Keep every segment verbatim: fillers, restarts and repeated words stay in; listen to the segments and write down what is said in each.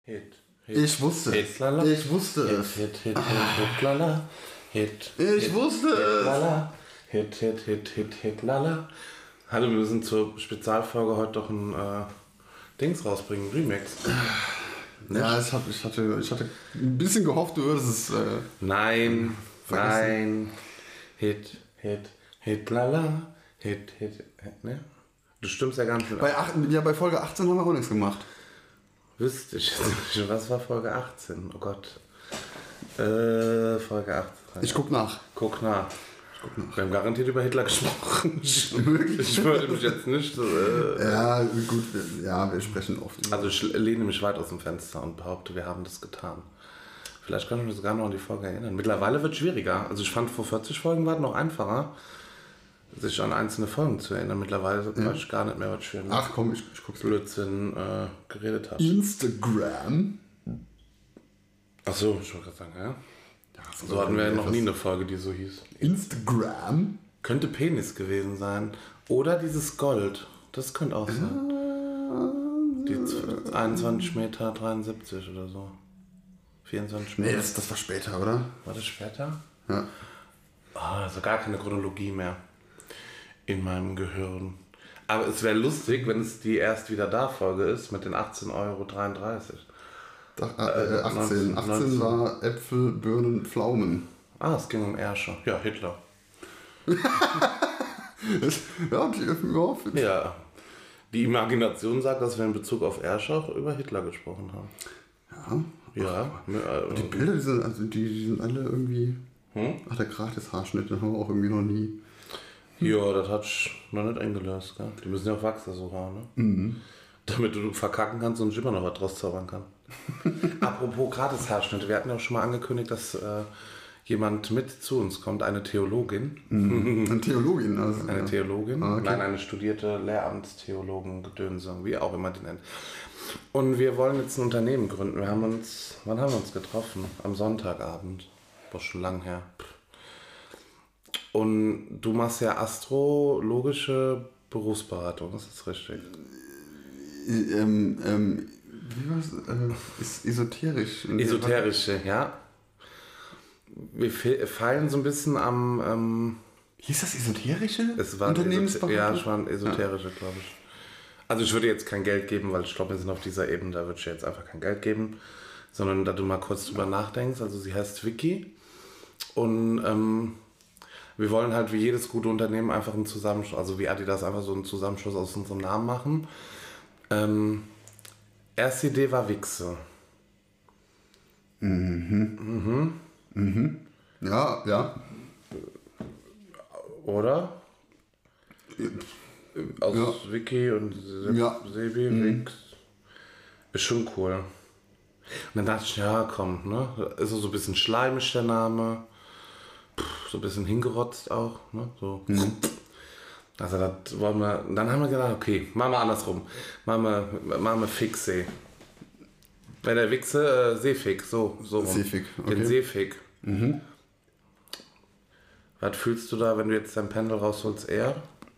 Hit, Hit. Ich wusste Hit, es. lala. Ich wusste Hit, es. Hit, Hit, Hit, Hit, lala. Hit. Ich Hit, wusste Hit, es. Lala. Hit, Hit, Hit, Hit, Hit, lala. Hallo, wir müssen zur Spezialfolge heute doch ein äh, Dings rausbringen, Remix. Ja, ich, hab, ich, hatte, ich hatte ein bisschen gehofft, du würdest es. Äh, Nein, vergessen. nein. Hit, Hit, Hit, lala. Hit, Hit, Hit, ne? Du stimmst ja gar nicht mit. bei, acht, ja, bei Folge achtzehn haben wir auch nichts gemacht. Wüsste ich jetzt nicht. Was war Folge achtzehn? Oh Gott. Äh, Folge achtzehn. Ich guck nach. Guck nach. Ich guck nach. Wir haben garantiert über Hitler gesprochen. Ich würde mich jetzt nicht so. Äh, Ja, gut, wir, ja, wir sprechen oft. also ich lehne mich weit aus dem Fenster und behaupte, wir haben das getan. Vielleicht kann ich mich sogar noch an die Folge erinnern. Mittlerweile wird es schwieriger. Also ich fand, vor vierzig Folgen war es noch einfacher, sich an einzelne Folgen zu erinnern. Mittlerweile ja. weiß ich gar nicht mehr, was ich für Ach komm, ich, ich guck's Blödsinn äh, geredet habe. Instagram. Achso, ich wollte gerade sagen, ja. Ja, So hatten wir ja noch nie eine Folge, die so hieß. Instagram. Könnte Penis gewesen sein. Oder dieses Gold. Das könnte auch sein. Die einundzwanzig Meter dreiundsiebzig oder so. vierundzwanzig Meter. Nee, das, das war später, oder? War das später? Ja. Oh, also gar keine Chronologie mehr in meinem Gehirn. Aber es wäre lustig, wenn es die erst wieder da Folge ist mit den achtzehn Euro dreiunddreißig. Doch, äh, achtzehn. achtzehn war Äpfel, Birnen, Pflaumen. Ah, es ging um Ärscher. Ja, Hitler. ja, die, ja, Ja. Die Imagination sagt, dass wir in Bezug auf Ärscher über Hitler gesprochen haben. Ja. Ja. Die Bilder, die sind, also die, die sind alle irgendwie. Hm? Ach, der Gratis-Haarschnitt, den haben wir auch irgendwie noch nie. Ja, das hat ich noch nicht eingelöst. Gell? Die müssen ja auch Wachser so haben, ne? Mhm. Damit du verkacken kannst und immer noch was draus zaubern kann. Apropos Gratis-Haarschnitte, wir hatten ja auch schon mal angekündigt, dass äh, jemand mit zu uns kommt, eine Theologin. Mhm. Eine Theologin, also. Eine ja. Theologin? Ah, okay. Nein, eine studierte Lehramtstheologen, Gedönse, wie auch immer die nennt. Und wir wollen jetzt ein Unternehmen gründen. Wir haben uns, wann haben wir uns getroffen? Am Sonntagabend. War schon lang her. Und du machst ja astrologische Berufsberatung, ist das richtig? Ähm, ähm, wie war's? Äh, ist esoterisch. Esoterische, ja. Wir feilen so ein bisschen am... Ähm, Hieß das esoterische? Es war Unternehmensberatung? Ja, es waren esoterische, ja. glaube ich. Also ich würde jetzt kein Geld geben, weil ich glaube, wir sind auf dieser Ebene, da würde ich jetzt einfach kein Geld geben, sondern da du mal kurz drüber nachdenkst. Also sie heißt Vicky und ähm, wir wollen halt wie jedes gute Unternehmen einfach einen Zusammenschluss, also wie Adidas einfach so einen Zusammenschluss aus unserem Namen machen. Ähm, erste Idee war Wichse. Mhm. Mhm. Mhm. Ja, ja. Oder? Aus ja. Wiki und Se- ja. Sebi, mhm. Wix. Ist schon cool. Und dann dachte ich, ja komm, ne? Ist so ein bisschen schleimig der Name. Puh, so ein bisschen hingerotzt auch, ne? So. Mhm. Also das wollen wir. Dann haben wir gedacht, okay, machen wir andersrum. Machen wir, machen wir Fixe. Bei der Wichse, äh, Seefig, so. so rum. Seefig, okay. Den Seefig. Mhm. Was fühlst du da, wenn du jetzt dein Pendel rausholst, eher?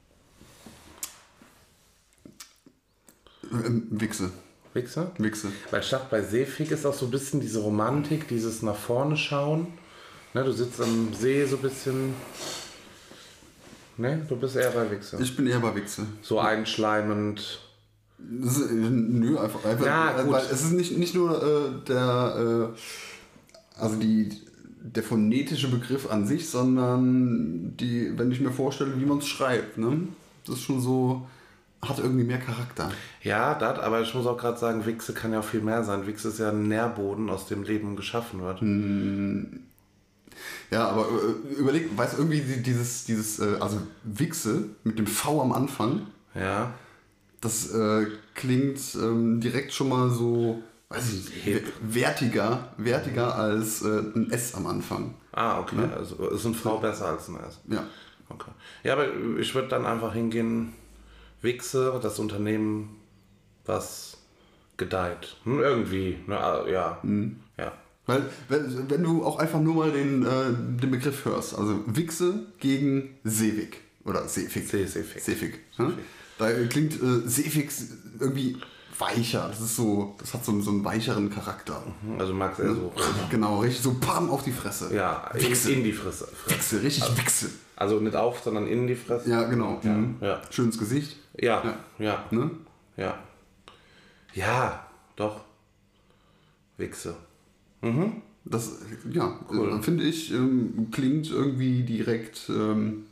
Ähm, Wichse. Wichse? Wichse. Weil ich dachte, bei Seefig ist auch so ein bisschen diese Romantik, dieses nach vorne schauen. Ne, du sitzt am See so ein bisschen. Ne, du bist eher bei Wichse. Ich bin eher bei Wichse. So einschleimend. Das ist, nö, einfach. einfach Ja, gut. Weil es ist nicht, nicht nur äh, der. Äh, also die. Der phonetische Begriff an sich, sondern die, wenn ich mir vorstelle, wie man es schreibt, ne? Das ist schon so, hat irgendwie mehr Charakter. Ja, das, aber ich muss auch gerade sagen, Wichse kann ja auch viel mehr sein. Wichse ist ja ein Nährboden, aus dem Leben geschaffen wird. Hm. Ja, aber äh, überleg, weißt du, irgendwie dieses, dieses, äh, also Wichse mit dem V am Anfang, Ja. das äh, klingt ähm, direkt schon mal so, weiß ich nicht, wertiger, wertiger als äh, ein S am Anfang. Ah, okay. Ne? Also ist ein V besser als ein S. Ja. Okay. Ja, aber ich würde dann einfach hingehen, Wichse, das Unternehmen, was gedeiht. Hm, irgendwie. Ne, ja. Mhm. Ja. Weil, wenn, wenn du auch einfach nur mal den, äh, den Begriff hörst, also Wichse gegen Seewig oder Seefig. See, Seefig. Seefig. Ne? Da klingt äh, Seefig irgendwie weicher. Das ist so, das hat so, so einen weicheren Charakter. Also du magst eher so. Genau, richtig so pam auf die Fresse. Ja, Wichse. in, in die Fresse. Wichse, richtig also, Wichse. Also nicht auf, sondern in die Fresse. Ja, genau. Ja, Mhm. ja. Schönes Gesicht. Ja, ja. Ja. Ne? Ja. Ja, doch. Wichse. Mhm. Das, ja, Cool. äh, finde ich, ähm, klingt irgendwie direkt, ähm,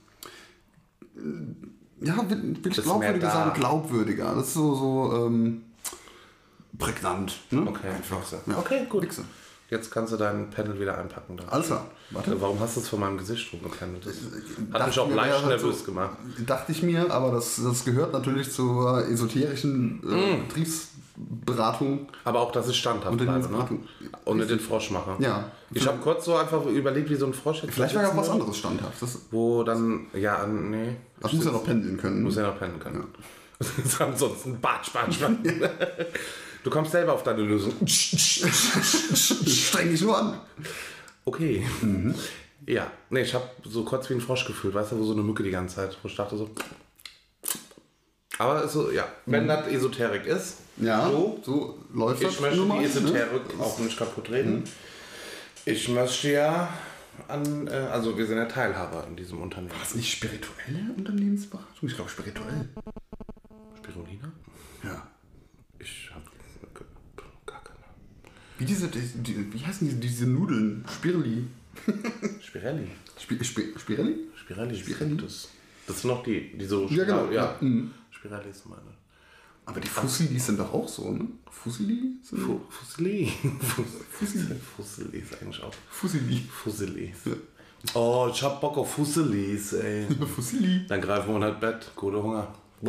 äh, ja, will, will ich Ist glaubwürdiger mehr da. sagen, glaubwürdiger. Das ist so, so ähm, prägnant. Ne? Okay, Einfach. Wichse. Ja. Okay, gut. Wichse. Jetzt kannst du deinen Panel wieder einpacken. Da. Alter, warte. Warum hast du es von meinem Gesicht rumgependelt? Das hat Dachte mich auch mir, leicht wäre halt nervös so- gemacht. Dachte ich mir, aber das, das gehört natürlich zur esoterischen äh, Betriebsberatung. Aber auch, dass ich standhaft bleibe, ne? Unternehmensberatung. Und nicht den Frosch mache. Ja. Ich habe kurz so einfach überlegt, wie so ein Frosch jetzt Vielleicht war ja auch was sitzen anderes standhaft. Das, würde, wo dann, ja, nee. das muss ja noch pendeln können. Muss ja noch pennen können. Ansonsten Batsch, Batsch, Batsch. Du kommst selber auf deine Lösung. Streng dich nur an. Okay. Ja, nee, ich habe so kurz wie ein Frosch gefühlt, weißt du, wo so eine Mücke die ganze Zeit, wo ich dachte so. Aber ist so, ja, wenn das Esoterik ist, Ja, so, so läuft das. ich möchte nun die mal, ne? Esoterik auch nicht kaputt reden. Ich möchte ja an, äh, also wir sind ja Teilhaber in diesem Unternehmen. War das nicht spirituelle Unternehmensberatung? Ich glaube spirituell. Spirulina? Ja. Ich habe gar keine. Wie diese, die, die, wie heißen diese, diese Nudeln? Spirelli. Spirelli. Spi, Spi, Spirelli? Spirelli. Spirelli? Das, das sind noch die, die so Ja, genau. ja. Ja. Mhm. Spirelli ist meine. Aber die Fussilis sind doch auch so, ne? Fussili? Sind Fu- Fusseli. Fussili. Fusseli ist eigentlich auch. Fussili. Fusselis. Oh, ich hab Bock auf Fusselis, ey. Fussili. Dann greifen wir unter das Bett. Gute Hunger.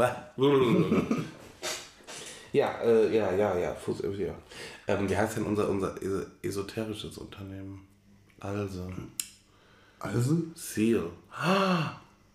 Ja, äh, ja, ja, ja. Fuss, ja. Ähm, wie heißt denn unser, unser es- esoterisches Unternehmen? Also. Also? Seal. Ah!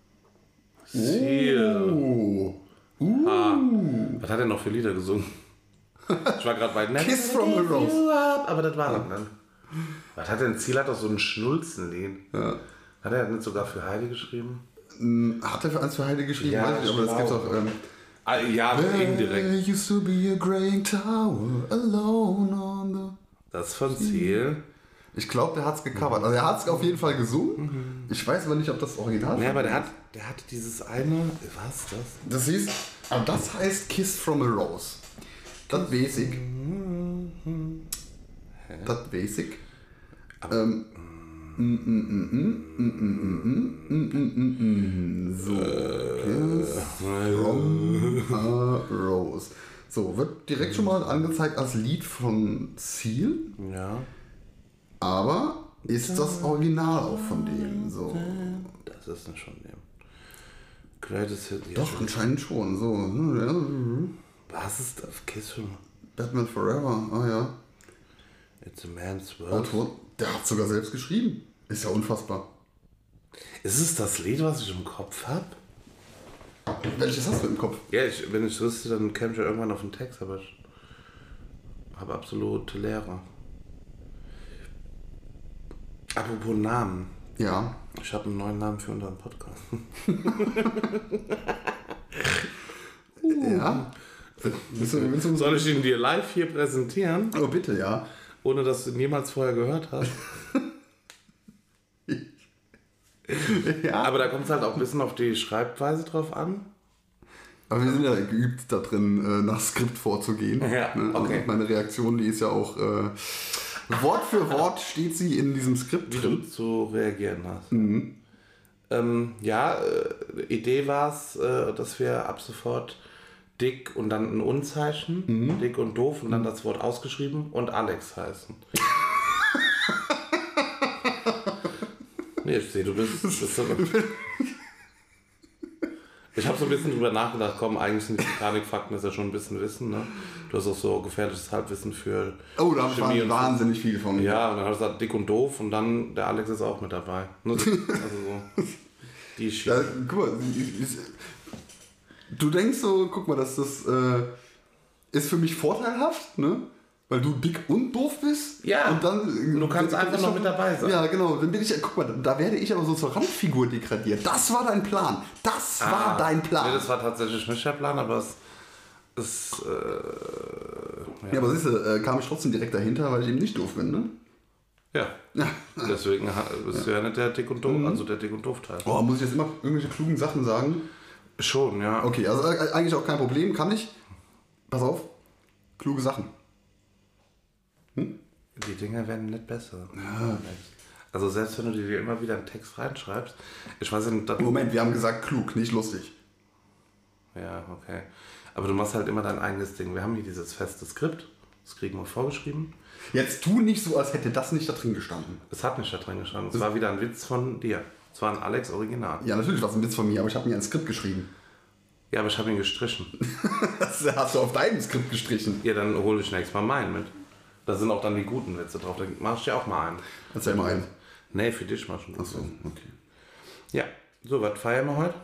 Seal. Oh. Ah. Was hat er noch für Lieder gesungen? Ich war gerade bei Never Kiss from a Give Rose. You Up, aber das war er dann. Was hat denn Ziel? Hat doch so ein Schnulzenlied. Ja. Hat er nicht sogar für Heidi geschrieben? Hat er für eins für Heide geschrieben? Ja, Weiß ich nicht, aber ich das gibt's glaube. auch. Ähm, Ah, ja, aber There indirekt. used to be a great tower alone on the... Das ist von Ziel. Ich glaube, der hat's gecovert. Also er hat's auf jeden Fall gesungen. Ich weiß aber nicht, ob das Original Ja, aber der hat, der hat dieses eine. Was ist das? Das hieß, aber das heißt Kiss from a Rose. Das Basic. Das Basic. Ähm, mm, mm, mm, mm, mm, mm, mm, mm, mm, mm. So. Kiss from a Rose. So, wird direkt schon mal angezeigt als Lied von Seal. Ja. Aber ist das Original auch von dem? So. Das ist nicht von dem. Greatest Hit. Ja, Doch, anscheinend schon. So. Ja. was ist das? Kiss from. Batman Forever. Ah ja. It's a man's world. Autor, der hat sogar selbst geschrieben. Ist ja unfassbar. Ist es das Lied, was ich im Kopf habe? Welches hast du im Kopf? Ja, ich, wenn ich wüsste, dann käme ich ja irgendwann auf den Text, aber ich habe absolute Leere. Apropos Namen. Ja. Ich habe einen neuen Namen für unseren Podcast. Ja. Willst du, willst du Soll ich ihn dir live hier präsentieren, Oh, bitte, ja. ohne dass du ihn jemals vorher gehört hast? Ja. Aber da kommt es halt auch ein bisschen auf die Schreibweise drauf an. Aber wir sind ja geübt da drin, äh, nach Skript vorzugehen. Ja, Ne? Also okay. meine Reaktion, die ist ja auch äh, Wort für Wort steht sie in diesem Skript Wie du drin. zu reagieren hast. Ähm, ja, äh, Idee war es, äh, dass wir ab sofort dick und dann ein Unzeichen, dick und doof und dann das Wort ausgeschrieben und Alex heißen. Nee, ich sehe, du bist... bist so, ich habe so ein bisschen drüber nachgedacht, komm, eigentlich sind die Titanic-Fakten das ja schon ein bisschen Wissen, ne? Du hast auch so gefährliches Halbwissen für Oh, da Chemie war und wahnsinnig viel von. ja, und dann hat er gesagt, dick und doof und dann der Alex ist auch mit dabei. Ne? Also so, die Ja, Schiene. guck mal, ist- du denkst so, guck mal, dass das äh, ist für mich vorteilhaft, ne? Weil du dick und doof bist. Ja. Und dann, Du kannst dann bin einfach ich noch doch- mit dabei sein. Ja, genau. Dann bin ich, guck mal, da werde ich aber so zur Randfigur degradiert. Das war dein Plan. Das war Ah, dein Plan. Nee, das war tatsächlich nicht der Plan, aber es Es, äh, Ja, aber siehst du, äh, kam ich trotzdem direkt dahinter, weil ich eben nicht doof bin, ne? Ja. Deswegen ha- bist du ja nicht der Dick und Doof, also der Dick und Doof-Teil. Oh, muss ich jetzt immer irgendwelche klugen Sachen sagen? Schon, ja. Okay, also äh, eigentlich auch kein Problem, kann ich. Pass auf, kluge Sachen. Die Dinger werden nicht besser. Ja. Also selbst wenn du dir immer wieder einen Text reinschreibst, ich weiß nicht... Das Moment, wir haben gesagt klug, nicht lustig. Ja, okay. Aber du machst halt immer dein eigenes Ding. Wir haben hier dieses feste Skript, das kriegen wir vorgeschrieben. Jetzt tu nicht so, als hätte das nicht da drin gestanden. Es hat nicht da drin gestanden. Es war wieder ein Witz von dir. Es war ein Alex Original. Ja, natürlich war es ein Witz von mir, aber ich habe mir ein Skript geschrieben. Ja, aber ich habe ihn gestrichen. Das hast du auf deinem Skript gestrichen. Ja, dann hole ich nächstes Mal meinen mit. Da sind auch dann die guten Witze drauf. Da mach ich dir auch mal einen. Erzähl mal einen. Nee, für dich mach schon. Achso, okay. Ja, so, was feiern wir heute?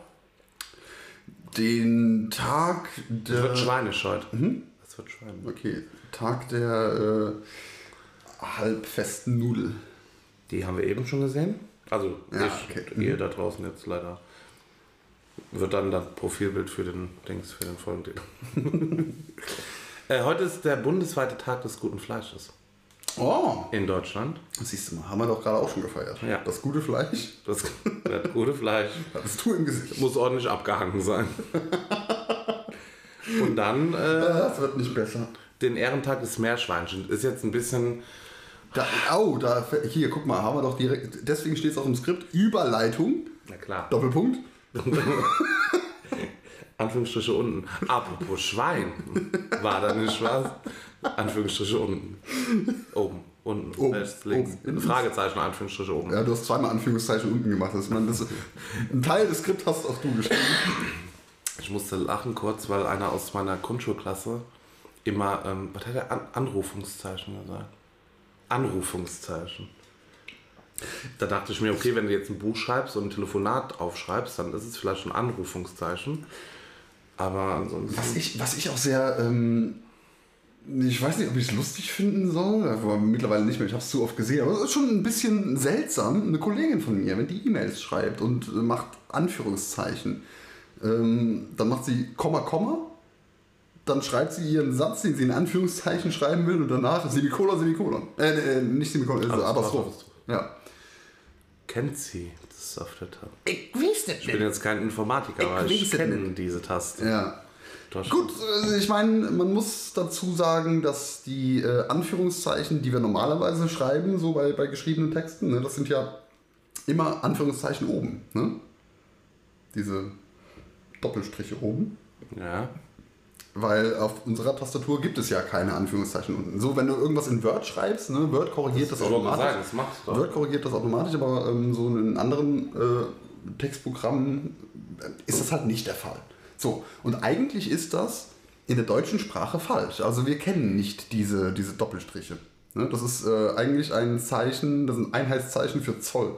Den Tag der... Das wird schweinisch heute. Mhm. Das wird schweinisch. Okay, Tag der äh, halbfesten Nudel. Die haben wir eben schon gesehen. Also Ja, ich, okay. ihr da draußen jetzt leider. Wird dann das Profilbild für den Dings, für den Folgentitel. äh, heute ist der bundesweite Tag des guten Fleisches. Oh, In Deutschland. das siehst du mal, haben wir doch gerade auch schon gefeiert. Ja. Das gute Fleisch, Das, das gute Fleisch hattest du im Gesicht. muss ordentlich abgehangen sein. Und dann äh, Das wird nicht besser. den Ehrentag des Meerschweinchen. Ist jetzt ein bisschen... Da, au, da, hier, guck mal, haben wir doch direkt, deswegen steht es auch im Skript, Überleitung, Na klar. Doppelpunkt. Anführungsstriche unten. Apropos Schwein. War da nicht was? Anführungsstriche unten. Oben. Unten. Oben. Rechts, links. Oben. Fragezeichen, Anführungsstriche oben. Ja, du hast zweimal Anführungszeichen unten gemacht. Das, man, das, ein Teil des Skripts hast auch du geschrieben. Ich musste lachen kurz, weil einer aus meiner Grundschulklasse immer, ähm, was hat er? An Anrufungszeichen gesagt? Anrufungszeichen. Da dachte ich mir, okay, wenn du jetzt ein Buch schreibst und ein Telefonat aufschreibst, dann ist es vielleicht ein Anrufungszeichen. Aber ansonsten... Was ich, was ich auch sehr, ähm, ich weiß nicht, ob ich es lustig finden soll, aber mittlerweile nicht mehr, ich habe es zu oft gesehen, aber es ist schon ein bisschen seltsam, eine Kollegin von mir, wenn die E-Mails schreibt und äh, macht Anführungszeichen, ähm, dann macht sie Komma, Komma, dann schreibt sie ihren Satz, den sie in Anführungszeichen schreiben will und danach Semikolon, Semikolon. Äh, äh nicht Semikolon, also Apostroph. Ja. Kennt sie das Software-Tab? Ich weiß nicht. Ich bin jetzt kein Informatiker, Ich aber ich weiß es kenne nicht. diese Taste. Ja. Doch. Gut, äh, ich meine, man muss dazu sagen, dass die äh, Anführungszeichen, die wir normalerweise schreiben, so bei, bei geschriebenen Texten, ne, das sind ja immer Anführungszeichen oben. Ne? Diese Doppelstriche oben. Ja. Weil auf unserer Tastatur gibt es ja keine Anführungszeichen unten. So, wenn du irgendwas in Word schreibst, ne, Word korrigiert das, soll doch automatisch. sein, das macht's doch. Word korrigiert das automatisch, aber ähm, so in anderen äh, Textprogrammen ist das halt nicht der Fall. So, und eigentlich ist das in der deutschen Sprache falsch. Also wir kennen nicht diese, diese Doppelstriche. Ne, das ist äh, eigentlich ein Zeichen, das ist ein Einheitszeichen für Zoll.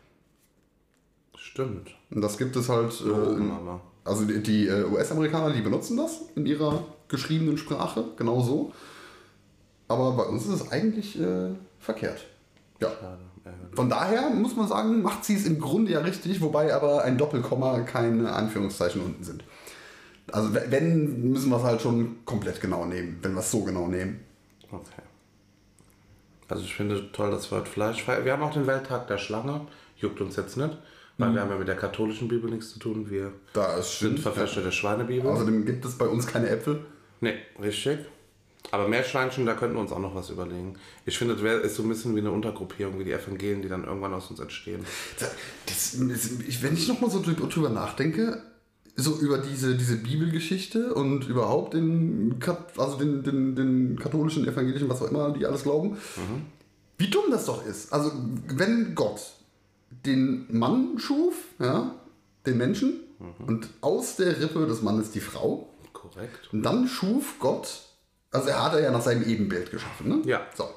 Stimmt. Und das gibt es halt. Äh, Oben aber. Also die, die äh, U S-Amerikaner, die benutzen das in ihrer geschriebenen Sprache, genau so. Aber bei uns ist es eigentlich äh, verkehrt. Ja. Schade. ärgerlich. Von daher muss man sagen, macht sie es im Grunde ja richtig, wobei aber ein Doppelkomma keine Anführungszeichen unten sind. Also wenn, müssen wir es halt schon komplett genau nehmen, wenn wir es so genau nehmen. Okay. Also ich finde toll, dass wir heute Fleisch feiern. Wir haben auch den Welttag der Schlange. Juckt uns jetzt nicht, weil wir haben ja mit der katholischen Bibel nichts zu tun. Wir Das sind stimmt. Verfechter der Schweinebibel. Außerdem gibt es bei uns keine Äpfel. Nee, richtig. Aber Meerschweinchen, da könnten wir uns auch noch was überlegen. Ich finde, das wär, ist so ein bisschen wie eine Untergruppierung, wie die Evangelien, die dann irgendwann aus uns entstehen. Das, das, ich, wenn ich nochmal so drüber nachdenke, so über diese, diese Bibelgeschichte und überhaupt den, Kat- also den, den, den katholischen, evangelischen, was auch immer die alles glauben, Mhm. wie dumm das doch ist. Also wenn Gott den Mann schuf, ja, den Menschen, Mhm. und aus der Rippe des Mannes die Frau, Korrekt. und dann schuf Gott, also er hat er ja nach seinem Ebenbild geschaffen, ne? Ja. So.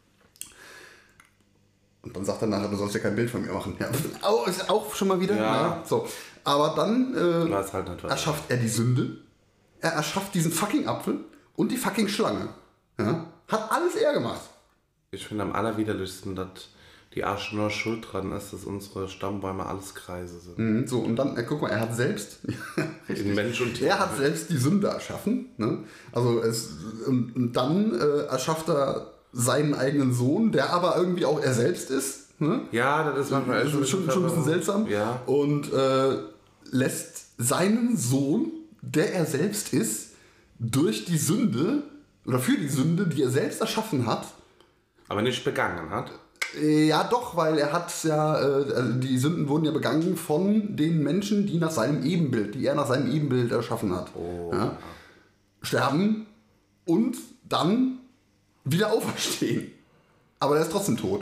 Und dann sagt er nachher, du sollst ja kein Bild von mir machen. Ja, auch, ist auch schon mal wieder. Ja. Ja. So. Aber dann äh, Weiß halt nicht, was erschafft er die Sünde, er erschafft diesen fucking Apfel und die fucking Schlange. Ja? Hat alles er gemacht. Ich finde am allerwiderlichsten, dass die Arsch nur schuld dran ist, dass unsere Stammbäume alles Kreise sind. Mhm, so, und dann, äh, guck mal, er hat selbst, In Mensch und Tier. er hat selbst die Sünde erschaffen. Ne? Also es, und, und dann äh, erschafft er seinen eigenen Sohn, der aber irgendwie auch er selbst ist. Ne? Ja, das ist manchmal Das ist schon, schon ein bisschen seltsam. Ja. Und äh, lässt seinen Sohn, der er selbst ist, durch die Sünde oder für die Sünde, die er selbst erschaffen hat, Aber nicht begangen hat. äh, ja doch, weil er hat ja, äh, also die Sünden wurden ja begangen von den Menschen, die nach seinem Ebenbild, die er nach seinem Ebenbild erschaffen hat. Oh. Ja? Sterben und dann wieder auferstehen. Aber er ist trotzdem tot.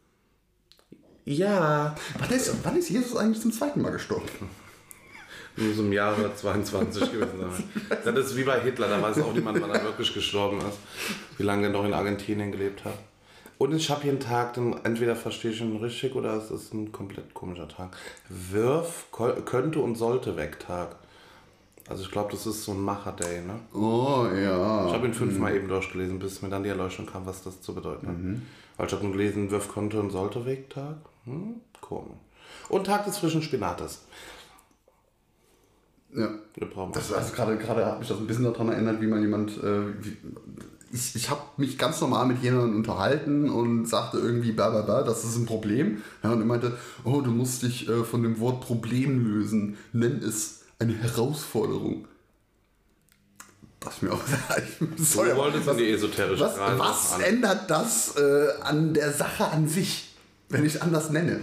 Ja. Wann ist, wann ist Jesus eigentlich zum zweiten Mal gestorben? Muss im Jahre zweiundzwanzig gewesen sein. Das ist wie bei Hitler, da weiß auch niemand, wann er wirklich gestorben ist. Wie lange er noch in Argentinien gelebt hat. Und ich habe hier einen Tag, den entweder verstehe ich ihn richtig oder es ist ein komplett komischer Tag. Wirf, könnte und sollte weg Tag. Also ich glaube, das ist so ein Macher-Day, ne? Oh ja. Ich habe ihn fünfmal eben durchgelesen, bis mir dann die Erleuchtung kam, was das zu bedeuten hat. Mhm. Weil ich habe nur gelesen, Wirf, könnte und sollte weg Tag. Hm, komisch. Und Tag des frischen Spinates. Ja. Das ist also gerade gerade hat mich das ein bisschen daran erinnert, wie man jemand. Äh, wie, ich ich habe mich ganz normal mit jemandem unterhalten und sagte irgendwie, bla bla bla, das ist ein Problem. Ja, und er meinte, oh, du musst dich äh, von dem Wort Problem lösen. Nenn es eine Herausforderung. Das mir auch Du wolltest in die esoterische Was, Kreise was an. ändert das äh, an der Sache an sich, wenn ich anders nenne?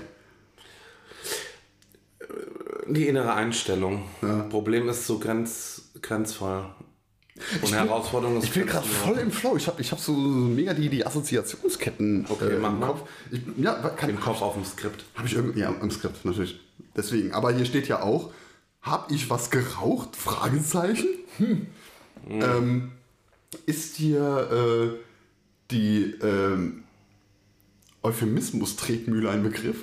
Die innere Einstellung. Ja. Problem ist so grenz, grenzvoll. Und Ich bin- Herausforderung ist Ich bin gerade grenzvoll. voll im Flow. Ich habe ich hab so mega die, die Assoziationsketten Okay, äh, mach im mal. Kopf. Ich, ja, kann, Den Kopf auf dem Skript. Habe ich irgendwie, ja, im Skript natürlich. Deswegen. Aber hier steht ja auch, habe ich was geraucht? Fragezeichen. Hm. Mhm. Ähm, ist hier äh, die ähm, Euphemismus-Tretmühle ein Begriff?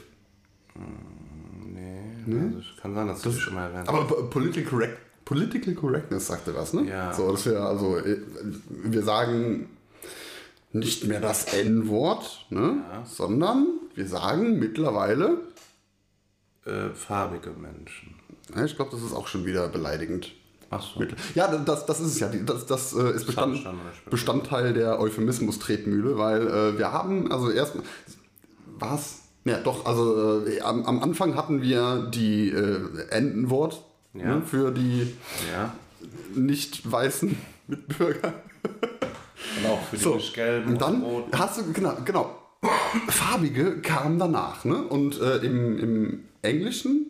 Nee, also ich kann sein, dass du das schon mal erwähnt hast. Aber po- Political, Correct, Political Correctness sagte was, ne? Ja. So, das wäre also, äh, wir sagen nicht mehr das N-Wort, ne? Ja. Sondern wir sagen mittlerweile, Äh, farbige Menschen. ja, ich glaube, das ist auch schon wieder beleidigend. Ach so. Mittel- Ja, das, das ist es ja. Die- Das, das äh, ist Bestand, Stand- Stand- Bestandteil der Euphemismus-Tretmühle, weil äh, wir haben, also erst, was? Ja, doch, also äh, am, am Anfang hatten wir die äh, Entenwort Ja. ne, für die Ja. nicht weißen Mitbürger. Und auch für die So, nicht gelben und dann roten. hast du, genau, genau. Farbige kamen danach, ne? Und äh, im, im Englischen,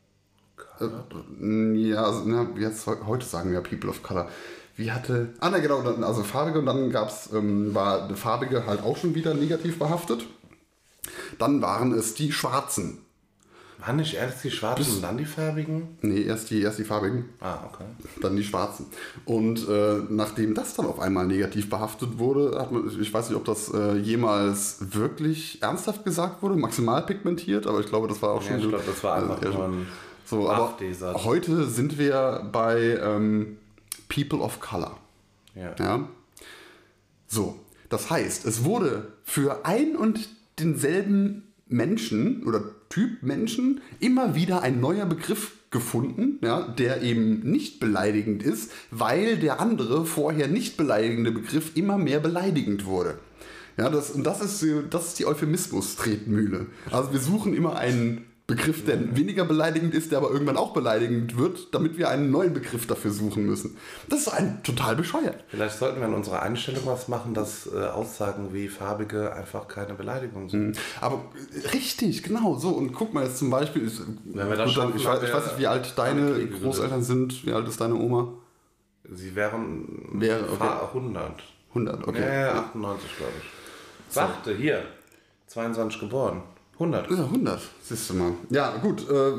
äh, ja, also, na, jetzt, heute sagen wir People of Color. Wie hatte, ah, na genau, dann, also Farbige und dann gab's, ähm, war Farbige halt auch schon wieder negativ behaftet. Dann waren es die Schwarzen. Waren nicht erst die Schwarzen und dann die Farbigen? Nee, erst die, erst die Farbigen. Ah, okay. Dann die Schwarzen. Und äh, nachdem das dann auf einmal negativ behaftet wurde, hat man, ich weiß nicht, ob das äh, jemals wirklich ernsthaft gesagt wurde, maximal pigmentiert, aber ich glaube, das war auch Ja, schon ich glaube, das war einfach ja, nur ein so. Aber Nachdesatz. heute sind wir bei ähm, People of Color. Ja. Ja? So, das heißt, es wurde für ein und denselben Menschen oder Typ Menschen immer wieder ein neuer Begriff gefunden, ja, der eben nicht beleidigend ist, weil der andere vorher nicht beleidigende Begriff immer mehr beleidigend wurde. Ja, das, und das ist, die- das ist die Euphemismus-Tretmühle. Also wir suchen immer einen Begriff, der weniger beleidigend ist, der aber irgendwann auch beleidigend wird, damit wir einen neuen Begriff dafür suchen müssen. Das ist ein total bescheuert. Vielleicht sollten wir in unserer Einstellung was machen, dass äh, Aussagen wie farbige einfach keine Beleidigung sind. Aber äh, richtig, genau so. Und guck mal jetzt zum Beispiel, ist, Wenn wir das gut, dann, schaffen, ich, dann weiß, ich wär- weiß nicht, wie alt deine Kriege würde. Großeltern sind, wie alt ist deine Oma? Sie wären Wäre, okay. Fa- hundert. hundert, okay. Nee, achtundneunzig, glaube ich. Warte, hier. zweiundzwanzig geboren. hundert. Ja, hundert, siehst du mal. Ja, gut. Äh,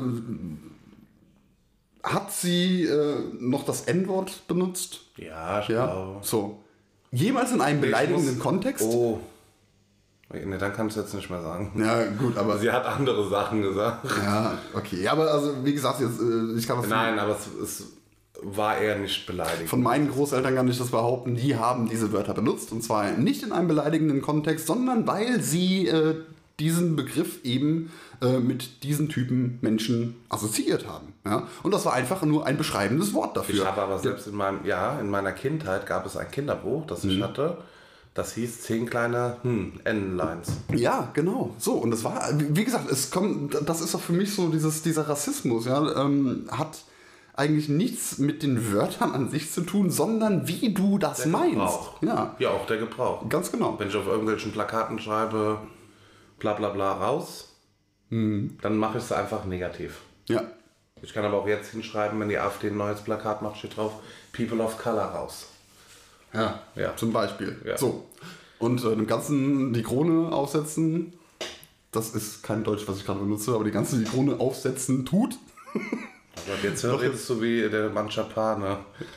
hat sie äh, noch das N-Wort benutzt? Ja, ich Ja. glaube. So. Jemals in einem beleidigenden Ich muss- Kontext? Oh. Ne, dann kannst du jetzt nicht mehr sagen. Ja, gut, aber. Sie hat andere Sachen gesagt. Ja, okay. Ja, aber also, wie gesagt, jetzt, äh, ich kann das. Nein, aber es, es war eher nicht beleidigend. Von meinen Großeltern kann ich das behaupten, die haben diese Wörter benutzt und zwar nicht in einem beleidigenden Kontext, sondern weil sie äh, diesen Begriff eben äh, mit diesen Typen Menschen assoziiert haben. Ja? Und das war einfach nur ein beschreibendes Wort dafür. Ich habe aber selbst in meinem, ja, in meiner Kindheit gab es ein Kinderbuch, das ich mhm. hatte. Das hieß zehn kleine hm, N-Lines. Ja, genau. So, und das war, wie gesagt, es kommt, das ist doch für mich so dieses, dieser Rassismus, ja, ähm, hat eigentlich nichts mit den Wörtern an sich zu tun, sondern wie du das der meinst. Gebrauch. Ja. ja, auch der Gebrauch. Ganz genau. Wenn ich auf irgendwelchen Plakaten schreibe, bla bla bla raus, mhm. dann mache ich es einfach negativ. Ja. Ich kann aber auch jetzt hinschreiben, wenn die AfD ein neues Plakat macht, steht drauf, People of Color raus. Ja, ja, zum Beispiel. Ja. So. Und äh, dem Ganzen die Krone aufsetzen, das ist kein Deutsch, was ich gerade benutze, aber die ganze die Krone aufsetzen tut. Aber jetzt redest du wie der Manchapane.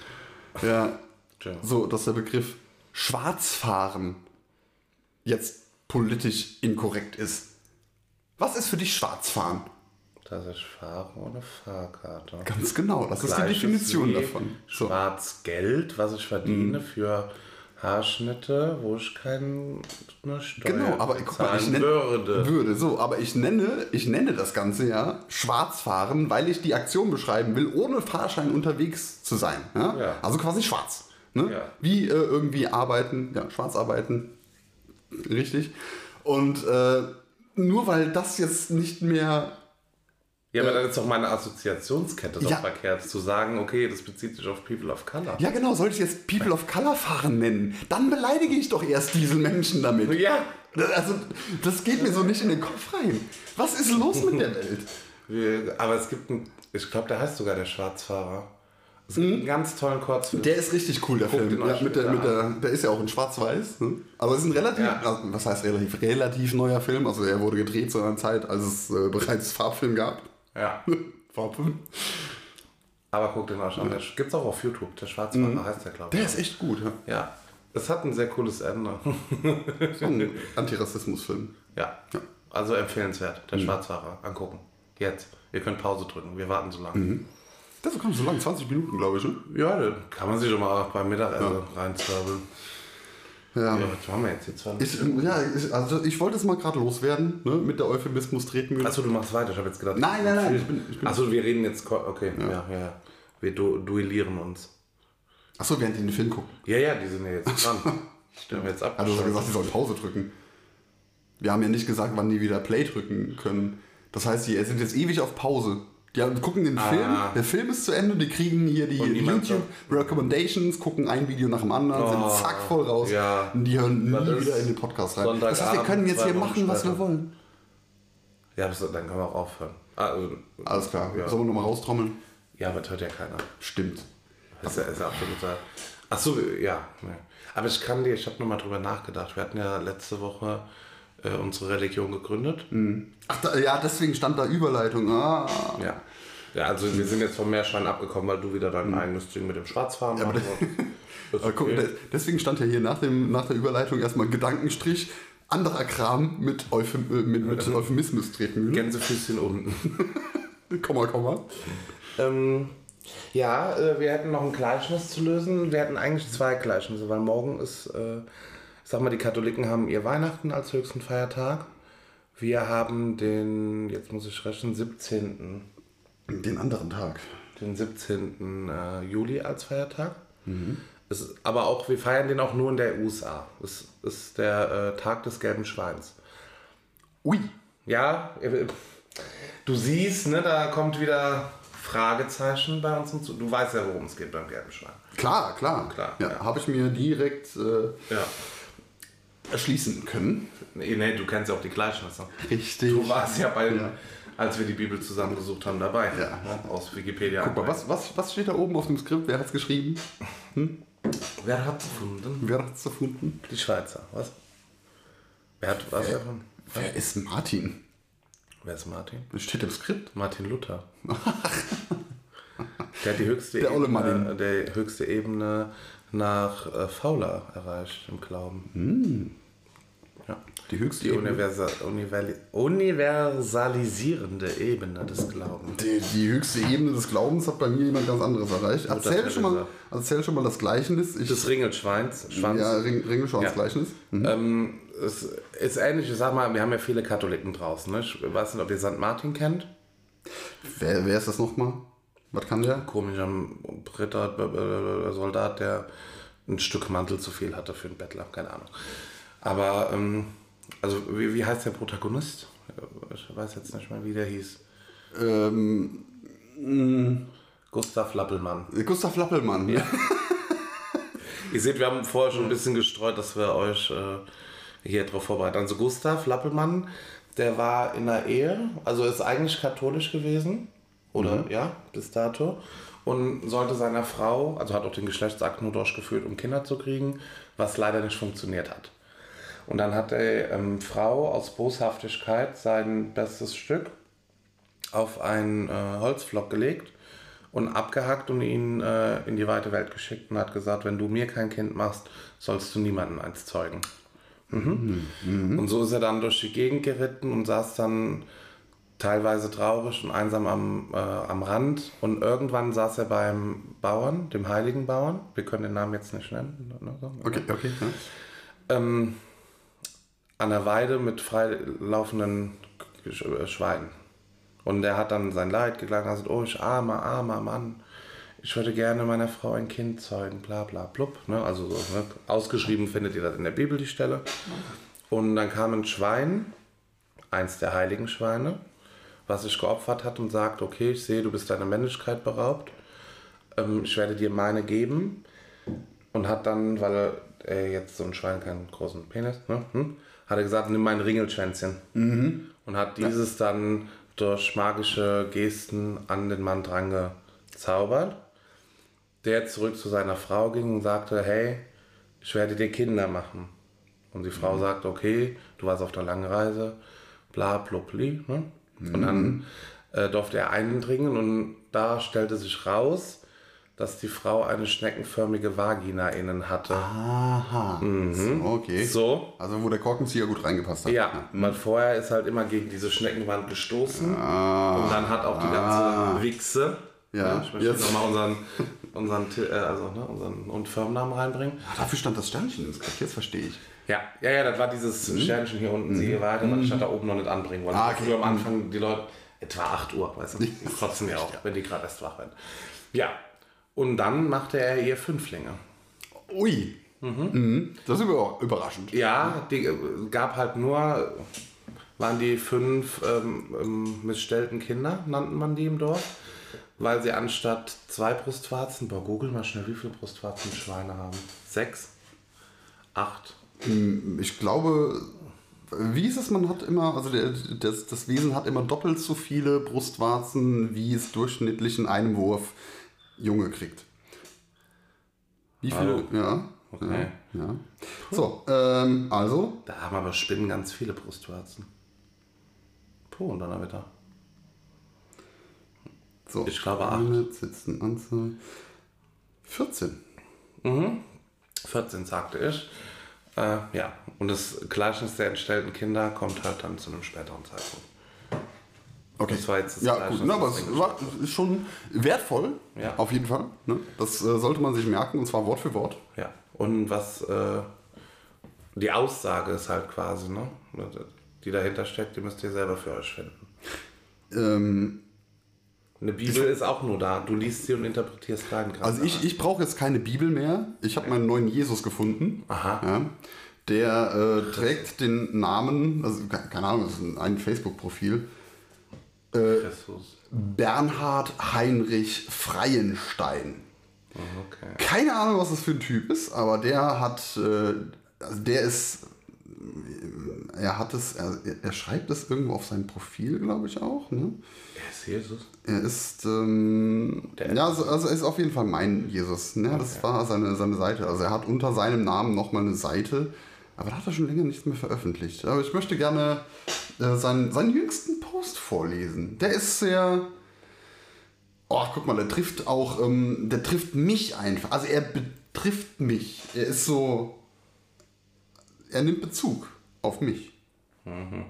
Ja. ja. So, dass der Begriff Schwarzfahren jetzt politisch inkorrekt ist. Was ist für dich Schwarzfahren? Dass ich fahre ohne Fahrkarte. Ganz genau, das ist die Definition davon. So. Schwarzgeld, was ich verdiene mhm. für Haarschnitte, wo ich keine Steuer genau, aber guck mal, ich nenne, würde. würde. So, aber ich nenne, ich nenne das Ganze ja Schwarzfahren, weil ich die Aktion beschreiben will, ohne Fahrschein unterwegs zu sein. Ja? Ja. Also quasi schwarz. Ne? Ja. Wie äh, irgendwie arbeiten, ja, schwarz arbeiten. Richtig. Und äh, nur weil das jetzt nicht mehr... Ja, aber dann ist doch meine Assoziationskette doch ja. verkehrt, zu sagen, okay, das bezieht sich auf People of Color. Ja, genau, sollte ich jetzt People of Color fahren nennen, dann beleidige ich doch erst diese Menschen damit. Ja. Also, das geht mir so nicht in den Kopf rein. Was ist los mit der Welt? Aber es gibt einen, ich glaube, der heißt sogar der Schwarzfahrer. Es gibt mhm. einen ganz tollen Kurzfilm. Der ist richtig cool, der Guckt Film. Ja, mit der, mit der, der ist ja auch in Schwarz-Weiß. Ne? Aber es ist ein relativ, ja. also, was heißt relativ, relativ neuer Film. Also er wurde gedreht zu einer Zeit, als es äh, bereits Farbfilm gab. Ja. Farbfilm. Aber guck den auch schon. Ja. Gibt es auch auf YouTube. Der Schwarzfahrer mhm. heißt der, glaube ich. Der ist echt gut. Ja. ja. Es hat ein sehr cooles Ende. So ein Antirassismusfilm. Ja. ja. Also empfehlenswert. Der mhm. Schwarzfahrer. Angucken. Jetzt. Ihr könnt Pause drücken. Wir warten so lange. Mhm. Das kommt so lang. zwanzig Minuten, glaube ich. Ne? Ja, da kann man sich schon mal beim Mittagessen ja. reinzwirbeln. Ja. ja, was machen wir jetzt? jetzt ich, ja, ich, also ich wollte es mal gerade loswerden, ne, mit der Euphemismus-Tretmühle. Achso, du machst weiter. Ich habe jetzt gedacht... Nein, nein, nein. Ich bin, ich bin Achso, wir reden jetzt... Okay, ja, ja. ja. Wir du, duellieren uns. Achso, während die den Film gucken. Ja, ja, die sind ja jetzt dran. Stellen wir jetzt ab. Also du hast gesagt, die sollen Pause drücken. Wir haben ja nicht gesagt, wann die wieder Play drücken können. Das heißt, die sind jetzt ewig auf Pause. Die gucken den ah. Film, der Film ist zu Ende, die kriegen hier die YouTube Recommendations, gucken ein Video nach dem anderen, oh, sind zack voll raus ja. und die hören nie wieder in den Podcast rein. Das heißt, wir können jetzt hier machen, was wir wollen. Ja, dann können wir auch aufhören. Also, alles klar, ja. Sollen wir nochmal raustrommeln? Ja, aber das hört ja keiner. Stimmt. Das ist ja, ist ja absolut. Achso, ja. Aber ich kann dir, ich habe nochmal drüber nachgedacht. Wir hatten ja letzte Woche äh, unsere Religion gegründet. Mhm. Ach, da, ja, deswegen stand da Überleitung. Ah. Ja. Ja, also wir sind jetzt vom Meerschwein abgekommen, weil du wieder dein mhm. eigenes Ding mit dem Schwarzfahren ja, machst. Aber guck, deswegen stand ja hier nach, dem, nach der Überleitung erstmal Gedankenstrich, anderer Kram mit, Euphem, mit, mit Euphemismus treten. Gänsefüßchen unten. Komma, Komma. Ähm, ja, äh, wir hätten noch ein Gleichnis zu lösen. Wir hätten eigentlich zwei Gleichnisse, weil morgen ist, äh, ich sag mal, die Katholiken haben ihr Weihnachten als höchsten Feiertag. Wir haben den, jetzt muss ich rechnen, siebzehnten Den anderen Tag. Den siebzehnten Äh, Juli als Feiertag. Mhm. Es ist, aber auch, wir feiern den auch nur in der U S A. Es ist der äh, Tag des gelben Schweins. Ui. Ja, du siehst, ne, da kommt wieder Fragezeichen bei uns hinzu. Du weißt ja, worum es geht beim gelben Schwein. Klar, klar. klar ja, ja. Habe ich mir direkt äh, ja. erschließen können. Nee, nee, du kennst ja auch die Gleichnisse. Richtig. Du warst ja bei, ja. als wir die Bibel zusammengesucht haben, dabei. Ja. Ne, aus Wikipedia. Guck mal, was, was, was steht da oben auf dem Skript? Wer hat es geschrieben? Hm? Wer hat es erfunden? Wer hat es erfunden? Die Schweizer. Was? Wer hat was wer, erfunden? Wer ist Martin? Wer ist Martin? Das steht im Skript. Martin Luther. Der hat die höchste, der Ebene, der höchste Ebene nach äh, Fowler erreicht im Glauben. Hm. Ja. Die höchste Die Ebene. universa univerli universalisierende Ebene des Glaubens. Die, die höchste Ebene des Glaubens hat bei mir jemand ganz anderes erreicht. das Erzähl hätte schon, mal, gesagt. erzähl schon mal das Gleichnis. Ich, Des Ringelschweins. Schwanz. ja, Ring, Ringelschwanz-Gleichnis. Mhm. Ähm, es ist ähnlich, ich sag mal, wir haben ja viele Katholiken draußen. Ne? Ich weiß nicht, ob ihr Sankt Martin kennt. Wer, wer ist das nochmal? Was kann der? Komischer Ritter, äh, Soldat, der ein Stück Mantel zu viel hatte für einen Bettler, keine Ahnung. Aber, ähm, also wie, wie heißt der Protagonist? Ich weiß jetzt nicht mehr, wie der hieß. Ähm, mh, Gustav Lappelmann. Gustav Lappelmann. Ja. Ihr seht, wir haben vorher schon ein bisschen gestreut, dass wir euch äh, hier drauf vorbereiten. Also Gustav Lappelmann, der war in einer Ehe, also ist eigentlich katholisch gewesen. Oder, mhm. ja, bis dato. Und sollte seiner Frau, also hat auch den Geschlechtsakt nur durchgeführt, um Kinder zu kriegen, was leider nicht funktioniert hat. Und dann hat die ähm, Frau aus Boshaftigkeit sein bestes Stück auf einen äh, Holzpflock gelegt und abgehackt und ihn äh, in die weite Welt geschickt und hat gesagt, wenn du mir kein Kind machst, sollst du niemanden eins zeugen. Mhm. Mhm. Und so ist er dann durch die Gegend geritten und saß dann teilweise traurig und einsam am, äh, am Rand. Und irgendwann saß er beim Bauern, dem heiligen Bauern. Wir können den Namen jetzt nicht nennen. Okay, okay. Ja. Ähm, an der Weide mit freilaufenden Schweinen. Und er hat dann sein Leid geklagt und gesagt, oh, ich armer, armer Mann. Ich würde gerne meiner Frau ein Kind zeugen, bla bla blub. Ne? Also so, ne? Ausgeschrieben findet ihr das in der Bibel, die Stelle. Und dann kam ein Schwein, eins der heiligen Schweine, was sich geopfert hat und sagt, okay, ich sehe, du bist deiner Männlichkeit beraubt, ähm, ich werde dir meine geben. Und hat dann, weil er jetzt so ein Schwein keinen großen Penis, ne, hm, hat er gesagt, nimm mein Ringelschwänzchen. Mhm. Und hat dieses ja. dann durch magische Gesten an den Mann dran gezaubert, der zurück zu seiner Frau ging und sagte, hey, ich werde dir Kinder machen. Und die Frau mhm. sagt, okay, du warst auf der langen Reise, bla, blubli, ne? Und dann äh, durfte er eindringen und da stellte sich raus, dass die Frau eine schneckenförmige Vagina innen hatte. Aha. Mhm. So, okay. So. Also wo der Korkenzieher gut reingepasst hat. Ja, ja. Weil vorher ist halt immer gegen diese Schneckenwand gestoßen. Ah. Und dann hat auch die ganze ah. Wichse. Ja. ja ich möchte nochmal unseren, unseren, äh, also, ne, unseren und Firmennamen reinbringen. Ach, dafür stand das Sternchen ins Skript, jetzt verstehe ich. Ja, ja, ja, das war dieses mhm. Sternchen hier unten, mhm. siehe weiter, weil ich da oben noch nicht anbringen wollte. Ah, okay. Früher am Anfang die Leute, etwa acht Uhr, weißt du, kotzen ja auch, wenn die gerade erst wach werden. Ja, und dann machte er ihr Fünflinge. Ui, mhm. Mhm. Das ist über, überraschend. Ja, die gab halt nur, waren die fünf ähm, missstellten Kinder, nannten man die im Dorf, weil sie anstatt zwei Brustwarzen, boah, google mal schnell, wie viele Brustwarzen Schweine haben. Sechs? Acht? Ich glaube, wie ist es, man hat immer, also der, das, das Wesen hat immer doppelt so viele Brustwarzen, wie es durchschnittlich in einem Wurf Junge kriegt. Wie viele? Oh. Ja. Okay. Ja, ja. So, ähm, also. Da haben aber Spinnen ganz viele Brustwarzen. Puh, und dann wieder. So, ich glaube acht. Sitzen, Anzahl. vierzehn. Mhm. vierzehn sagte ich. Äh, ja, und das Gleichnis der entstellten Kinder kommt halt dann zu einem späteren Zeitpunkt. Okay. Das war jetzt das ja, Gleichnis, gut, ne, aber es war, ist schon wertvoll, ja. Auf jeden Fall. Ne? Das äh, sollte man sich merken, und zwar Wort für Wort. Ja, und was äh, die Aussage ist halt quasi, ne? Die dahinter steckt, die müsst ihr selber für euch finden. Ähm, Eine Bibel ist auch nur da. Du liest sie und interpretierst rein. Also ich, ich brauche jetzt keine Bibel mehr. Ich habe meinen neuen Jesus gefunden. Aha. Ja, der äh, trägt den Namen, also keine Ahnung, das ist ein Facebook-Profil. Äh, Bernhard Heinrich Freienstein. Okay. Keine Ahnung, was das für ein Typ ist, aber der hat, äh, also der ist, er hat es, er, er schreibt es irgendwo auf sein Profil, glaube ich auch. Ne? Er ist Jesus. Er ist, ähm, ja, also, also er ist auf jeden Fall mein Jesus. Ne? Das okay. war seine, seine Seite. Also er hat unter seinem Namen nochmal eine Seite, aber da hat er schon länger nichts mehr veröffentlicht. Aber ich möchte gerne äh, seinen, seinen jüngsten Post vorlesen. Der ist sehr, oh, guck mal, der trifft auch, ähm, der trifft mich einfach. Also er betrifft mich. Er ist so, er nimmt Bezug. auf mich. Mhm.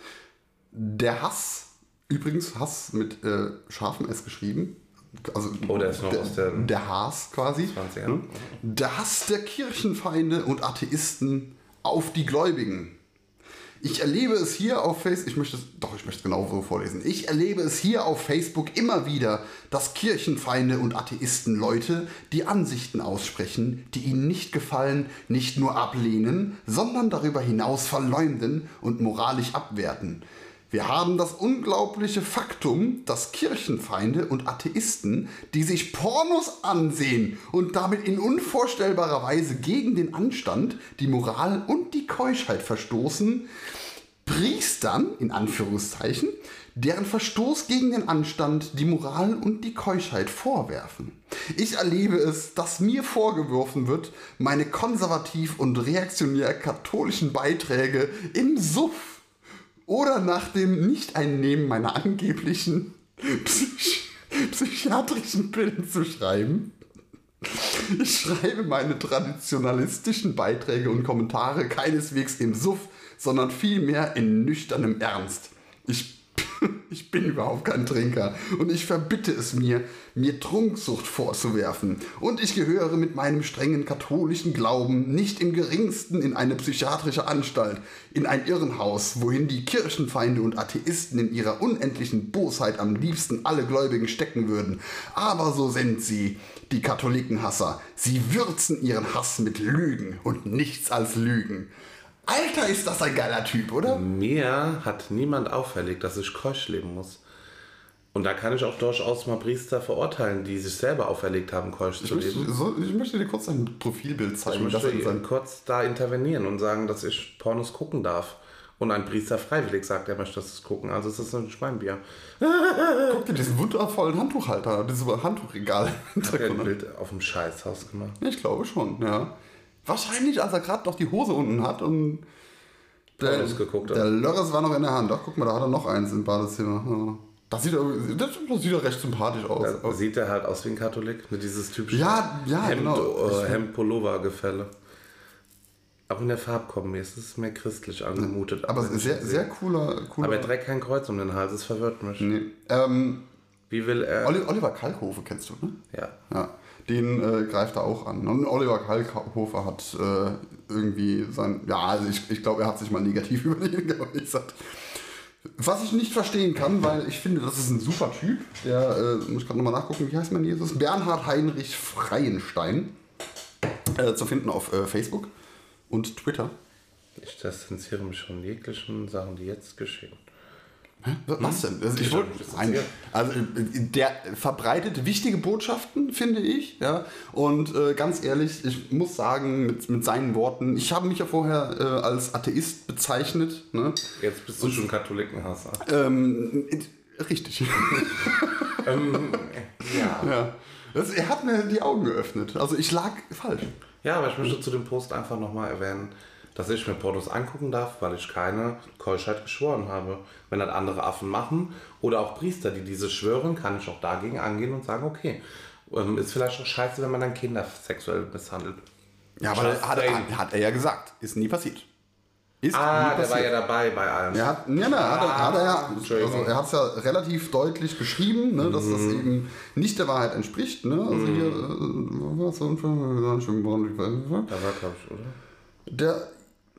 Der Hass, übrigens Hass mit äh, scharfem S geschrieben, also oh, der ist noch der, aus der, der Hass quasi, zwanziger. Ne? Der Hass der Kirchenfeinde und Atheisten auf die Gläubigen. Ich erlebe es hier auf Facebook, ich möchte es, doch, ich möchte es genau so vorlesen. Ich erlebe es hier auf Facebook immer wieder, dass Kirchenfeinde und Atheisten Leute, die Ansichten aussprechen, die ihnen nicht gefallen, nicht nur ablehnen, sondern darüber hinaus verleumden und moralisch abwerten. Wir haben das unglaubliche Faktum, dass Kirchenfeinde und Atheisten, die sich Pornos ansehen und damit in unvorstellbarer Weise gegen den Anstand, die Moral und die Keuschheit verstoßen, Priestern, in Anführungszeichen, deren Verstoß gegen den Anstand, die Moral und die Keuschheit vorwerfen. Ich erlebe es, dass mir vorgeworfen wird, meine konservativ und reaktionär katholischen Beiträge im Suff oder nach dem Nicht-Einnehmen meiner angeblichen psych- psychiatrischen Pillen zu schreiben. Ich schreibe meine traditionalistischen Beiträge und Kommentare keineswegs im Suff, sondern vielmehr in nüchternem Ernst. Ich, ich bin überhaupt kein Trinker und ich verbitte es mir, mir Trunksucht vorzuwerfen. Und ich gehöre mit meinem strengen katholischen Glauben nicht im geringsten in eine psychiatrische Anstalt, in ein Irrenhaus, wohin die Kirchenfeinde und Atheisten in ihrer unendlichen Bosheit am liebsten alle Gläubigen stecken würden. Aber so sind sie, die Katholikenhasser. Sie würzen ihren Hass mit Lügen und nichts als Lügen. Alter, ist das ein geiler Typ, oder? Mir hat niemand auferlegt, dass ich keusch leben muss. Und da kann ich auch durchaus mal Priester verurteilen, die sich selber auferlegt haben, keusch Ich zu möchte, leben. so, ich möchte dir kurz ein Profilbild Ich zeigen. möchte das in seinem- kurz da intervenieren und sagen, dass ich Pornos gucken darf. Und ein Priester freiwillig sagt, er möchte das gucken. Also ist das ein Schweinbier. Guck dir diesen wundervollen Handtuchhalter, dieses Handtuchregal im Ich habe ja ein Hintergrund an. Bild auf dem Scheißhaus gemacht. Ich glaube schon, ja. Wahrscheinlich, als er gerade noch die Hose unten hat und der, Pornos geguckt hat. der Lörres war noch in der Hand. Ach, guck mal, da hat er noch eins im Badezimmer. Ja. Das sieht, das sieht doch recht sympathisch aus. Da sieht er halt aus wie ein Katholik mit dieses typische Ja, ja, Hemd, genau. äh, Hemd-Pullover-Gefälle. Auch in der Farbkombi ist es mehr christlich angemutet. Aber es ist sehr, sehr cooler, cooler. Aber er trägt kein Kreuz um den Hals, das verwirrt mich. Nee. Ähm, Wie will er... Oli- Oliver Kalkofe kennst du, ne? Ja. Ja. Den äh, greift er auch an. Und Oliver Kalkofe hat äh, irgendwie sein. Ja, also ich, ich glaube, er hat sich mal negativ über ihn geäußert. Was ich nicht verstehen kann, weil ich finde, das ist ein super Typ. Der, äh, muss ich gerade nochmal nachgucken, wie heißt man Jesus? Bernhard Heinrich Freienstein. Äh, zu finden auf äh, Facebook und Twitter. Ich distanziere mich von jeglichen Sachen, die jetzt geschehen. Was denn? Also, ich Ich wollt, hab mich ein, distanziert. also der verbreitet wichtige Botschaften, finde ich. Ja? Und äh, ganz ehrlich, ich muss sagen, mit, mit seinen Worten, ich habe mich ja vorher äh, als Atheist bezeichnet. Ne? Jetzt bist du schon Katholikenhasser. Ähm, richtig. ähm, ja. ja. Das, er hat mir die Augen geöffnet. Also ich lag falsch. Ja, aber ich möchte zu dem Post einfach nochmal erwähnen, dass ich mir Pornos angucken darf, weil ich keine Keuschheit geschworen habe. Wenn das andere Affen machen oder auch Priester, die diese schwören, kann ich auch dagegen angehen und sagen, okay, ähm, ist vielleicht auch scheiße, wenn man dann Kinder sexuell misshandelt. Ja, aber Just hat, saying. hat, hat er ja gesagt. Ist nie passiert. Ist Ah, nie der passiert. war ja dabei bei allem. Er hat, ja, na, hat, er, hat er ja, Entschuldigung. also er hat es ja relativ deutlich geschrieben, ne, dass das eben nicht der Wahrheit entspricht. Ne? Also hier, äh, was so ein Da war, glaube ich, oder? der,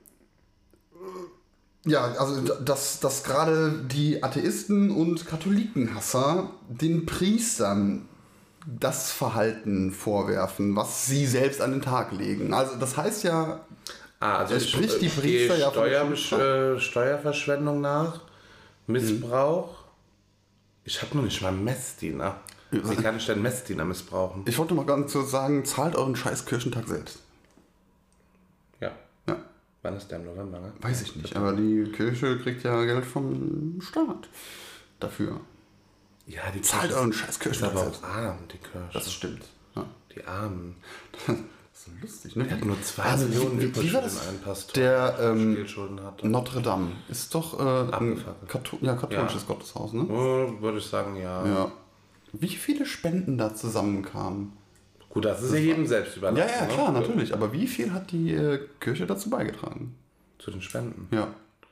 ja, also dass, dass gerade die Atheisten und Katholikenhasser den Priestern das Verhalten vorwerfen, was sie selbst an den Tag legen. Also das heißt ja, Ah, also Er ich, spricht die äh, Priester gehe ja von Steuer, der Schuld. äh, Steuerverschwendung nach, Missbrauch. Ich habe noch nicht mal einen Messdiener. Wie kann ich denn Messdiener missbrauchen? ich wollte mal ganz kurz sagen, zahlt euren scheiß Kirchentag selbst. Ja. Ja. Wann ist der im November? Ne? Weiß ich nicht, aber die Kirche kriegt ja Geld vom Staat dafür. Ja, die Zahlt Kirche euren scheiß ist Kirchentag aber selbst. auch arm, die Kirche. Das stimmt. Ja. Die Armen. Das ist so lustig, ne? Die hat nur zwei Also, Millionen wie, übrig wie war für das? den einen Pastor, Der ähm, Spielschulden hatte. Notre Dame ist doch äh, ein Abgefackelt. Kathol ja, katholisches Ja. Gotteshaus, ne? Oh, würde ich sagen, ja. Ja. Wie viele Spenden da zusammenkamen? Gut, das ist ja jedem selbst überlassen. Ja, ja, klar, ne? natürlich. Aber wie viel hat die äh, Kirche dazu beigetragen? Zu den Spenden? Ja.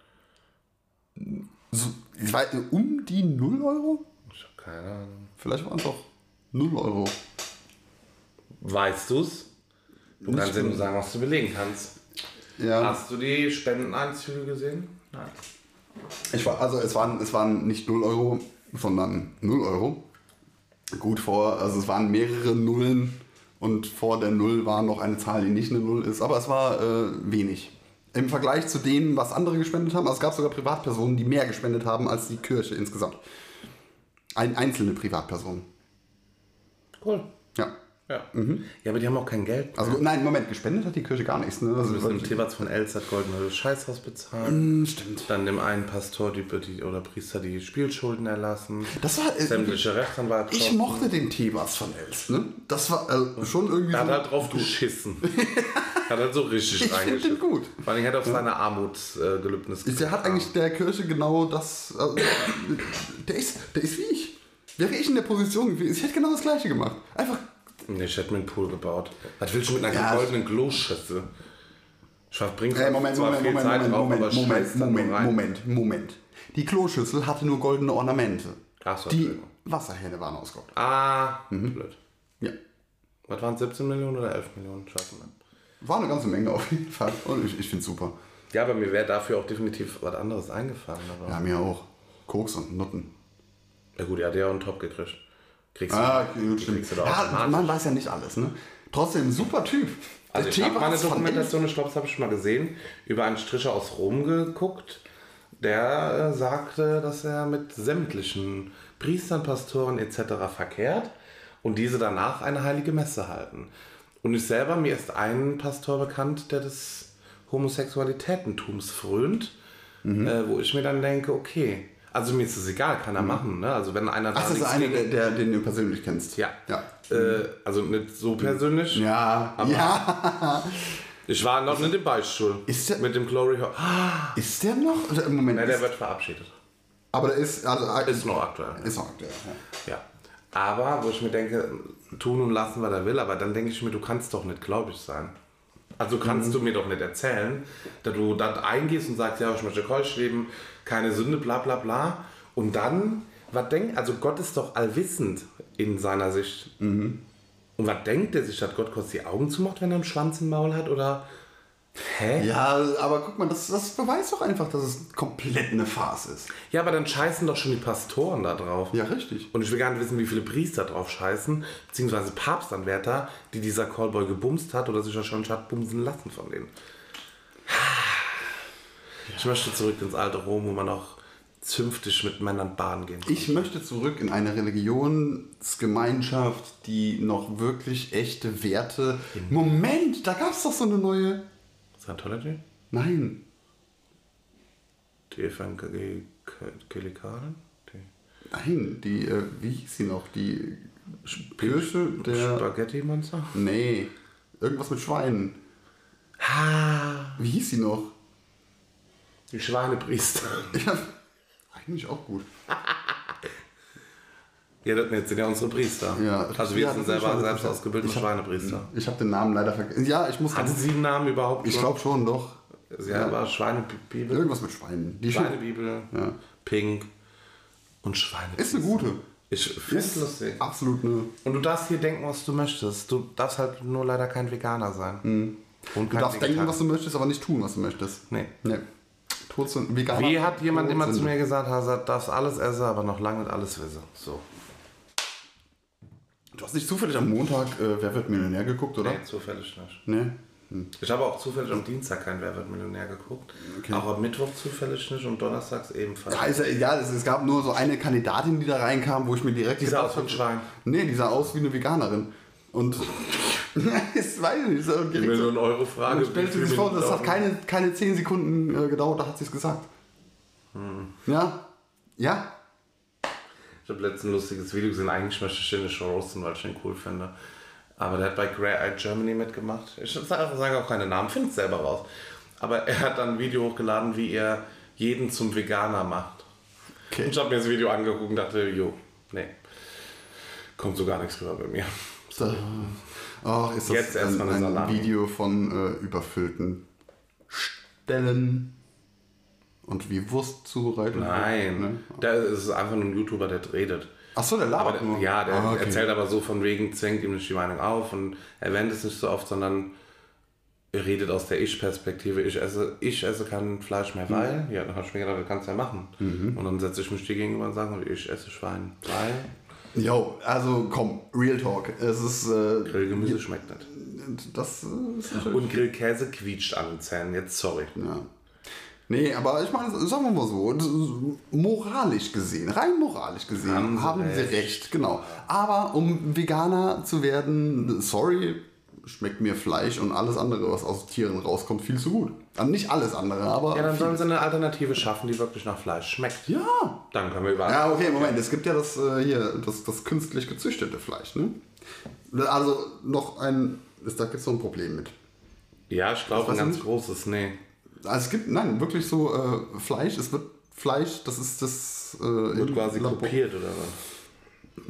So, ich weiß, um die null Euro? Ich habe keine Ahnung. Vielleicht waren es auch null Euro. Weißt du's? Du Nicht kannst ja nur gut. sagen, was du belegen kannst. Ja. Hast du die Spendeneinzüge gesehen? Nein. Ich war, also es waren, es waren nicht null Euro, sondern null Euro. Gut vor, also es waren mehrere Nullen und vor der Null war noch eine Zahl, die nicht eine Null ist, aber es war äh, wenig. Im Vergleich zu dem, was andere gespendet haben, also es gab sogar Privatpersonen, die mehr gespendet haben als die Kirche insgesamt. Ein, einzelne Privatpersonen. Cool. Ja. Ja. Mhm. Ja, aber die haben auch kein Geld. Also nein, Moment, gespendet hat die Kirche gar nichts. Ne? Wir Also, müssen dem Thebats von Elstad goldene Scheißhaus bezahlen. Hm, stimmt. Dann dem einen Pastor die, die, oder Priester die Spielschulden erlassen. Das war, äh, Sämtliche Rechtsanwalt. ich mochte den Thebats von Elst. Ne? Das war äh, schon irgendwie Er hat so halt drauf geschissen. Hat halt so richtig Ich finde reingeschissen. den gut. Vor allem hat er auf seine Armutsgelübnis äh, Der hat eigentlich der Kirche genau das. Also, der, ist, der ist wie ich. Wäre ich in der Position gewesen, ich hätte genau das Gleiche gemacht. Einfach. Nee, ich hätte mir einen Pool gebaut. Was willst du mit einer Ja, goldenen Kloschüssel? Ich verbringe Äh, Moment, zwar Moment, viel Moment, Zeit Moment, drauf, Moment, aber Moment, scheiß dann Moment, nur rein. Moment, Moment. Die Kloschüssel hatte nur goldene Ornamente. Ach so, Die Entschuldigung. Wasserhähne waren aus Gold. Ah, blöd. Ja. Was waren siebzehn Millionen oder elf Millionen? Scheiße, Mann. War eine ganze Menge auf jeden Fall. Und ich, ich finde es super. Ja, aber mir wäre dafür auch definitiv was anderes eingefallen. Aber Ja, mir auch. Koks und Nutten. ja gut, er hat ja auch einen Top gekriegt. Kriegst du, Ah, gut, die stimmt. kriegst du doch Ja, automatisch. man weiß ja nicht alles, ne? Trotzdem, super Typ. Also Der ich habe mal eine Thebats von Dokumentation, ich glaube, das habe ich schon mal gesehen, über einen Stricher aus Rom geguckt, der äh, sagte, dass er mit sämtlichen Priestern, Pastoren et cetera verkehrt und diese danach eine heilige Messe halten. Und ich selber, mir ist ein Pastor bekannt, der des Homosexualitätentums frönt, Mhm. äh, wo ich mir dann denke, okay, also mir ist es egal, kann er machen. Ne? Also wenn einer da Ach, das ist nichts einer, gegen- der, der, den du persönlich kennst. Ja. Ja. Äh, also nicht so persönlich. Ja, Aber- ja. Ich war noch nicht im Beistuhl. Ist der- mit dem Glory Hall. Ist der noch? Also, im Moment. Nein, der ist, wird verabschiedet. aber der ist. Also, Ist noch aktuell. Ist noch aktuell. Ja. Ja. Aber wo ich mir denke, tun und lassen, was er will, aber dann denke ich mir, du kannst doch nicht gläubig sein. Also kannst Mhm. du mir doch nicht erzählen, dass du dann eingehst und sagst, ja, ich möchte keusch leben, keine Sünde, bla bla bla. Und dann, was denkt, also Gott ist doch allwissend in seiner Sicht. Mhm. Und was denkt er sich, dass Gott kurz die Augen zumacht, wenn er einen Schwanz im Maul hat? Oder, hä? Ja, aber guck mal, das, das beweist doch einfach, dass es komplett eine Farce ist. Ja, aber dann scheißen doch schon die Pastoren da drauf. Ja, richtig. Und ich will gar nicht wissen, wie viele Priester drauf scheißen, beziehungsweise Papstanwärter, die dieser Callboy gebumst hat oder sich ja schon hat bumsen lassen von denen. Ich möchte zurück ins alte Rom, wo man auch zünftig mit Männern baden gehen kann. Ich möchte zurück in eine Religionsgemeinschaft, die noch wirklich echte Werte. Moment, da gab es doch so eine neue. Scientology? Nein. Die Evangelikalen? Die Nein, die, äh, wie hieß sie noch? Die Kirche der. Spaghetti-Monster? Nee. Irgendwas mit Schweinen. Ha! Wie hieß sie noch? Die Schweinepriester. Ja, eigentlich auch gut. Ja, das sind ja unsere Priester. Ja, also wir ja, sind das sind selber selbst Schweinepriester. ausgebildete Ich hab- Schweinepriester. Ich habe den Namen leider vergessen. Ja, ich muss. Hatte sie einen Namen überhaupt? Ich glaube schon, doch. Sie war Schweinebibel. Irgendwas mit Schweinen. Die Schweinebibel, Ja. Pink und Schweine. Ist eine gute. Ich finde es Ist lustig. absolut eine. Und du darfst hier denken, was du möchtest. Du darfst halt nur leider kein Veganer sein. Und Du kein darfst denken, Vegetarier. was du möchtest, aber nicht tun, was du möchtest. Nee. Nee. Todsünde, Veganer. Wie hat jemand immer zu Todsünde. mir gesagt, Hazard, darfst alles essen, aber noch lange nicht alles wissen. So. Du hast nicht zufällig am Montag äh, Wer wird Millionär geguckt, oder? Nee, zufällig nicht. Nee. Ich habe auch zufällig am Dienstag kein Wer wird Millionär geguckt. Okay. Auch am Mittwoch zufällig nicht und donnerstags ebenfalls. Ja, ist ja egal. Es, es gab nur so eine Kandidatin, die da reinkam, wo ich mir direkt Die sah aus wie ein Schwein. Nee, die sah aus wie eine Veganerin. Und. das weiß ich nicht. So, Ich will nur eine Euro-Frage. Und stellte sich vor, das hat keine, keine zehn Sekunden äh, gedauert, da hat sie es gesagt. Hm. Ja? Ja? Ich habe letztens ein lustiges Video gesehen. Eigentlich möchte ich den nicht schon roasten, weil ich den cool finde. Aber der hat bei Grey Eye Germany mitgemacht. Ich sage auch keine Namen, finde es selber raus. Aber er hat dann ein Video hochgeladen, wie er jeden zum Veganer macht. Okay. Und ich habe mir das Video angeguckt und dachte, jo, nee, kommt so gar nichts rüber bei mir. So. Ach, ist das Jetzt erst ein, mal eine ein Salami. Video von äh, überfüllten stellen und wie Wurst zubereiten? Nein, Ne? da ist es einfach nur ein YouTuber, der redet. Achso, der labert Aber nur. der, ja, der ah, okay. erzählt aber so von wegen, zwängt ihm nicht die Meinung auf und erwähnt es nicht so oft, sondern er redet aus der Ich-Perspektive. Ich esse, ich esse kein Fleisch mehr, weil, mhm. ja, dann habe ich mir gedacht, das kannst du ja machen. Mhm. Und dann setze ich mich dir gegenüber und sage, ich esse Schwein, weil... Jo, also komm, Real Talk. Es ist... Äh, Grillgemüse schmeckt nicht. Das äh, ist natürlich... Und Grillkäse quietscht an den Zähnen, jetzt sorry. Ja. Nee, aber ich meine, sagen wir mal so, moralisch gesehen, rein moralisch gesehen, haben, haben sie recht. recht, genau. Aber um Veganer zu werden, sorry, schmeckt mir Fleisch und alles andere, was aus Tieren rauskommt, viel zu gut. Also nicht alles andere, aber... Ja, dann viel. sollen sie eine Alternative schaffen, die wirklich nach Fleisch schmeckt. Ja. Dann können wir überall... Ja, okay, Moment, es gibt ja das äh, hier, das, das künstlich gezüchtete Fleisch, ne? Also noch ein... Da gibt es so ein Problem mit. Ja, ich glaube ein ganz großes, nee. Also es gibt, nein, wirklich so äh, Fleisch, es wird Fleisch, das ist das... Äh, wird quasi kopiert oder was?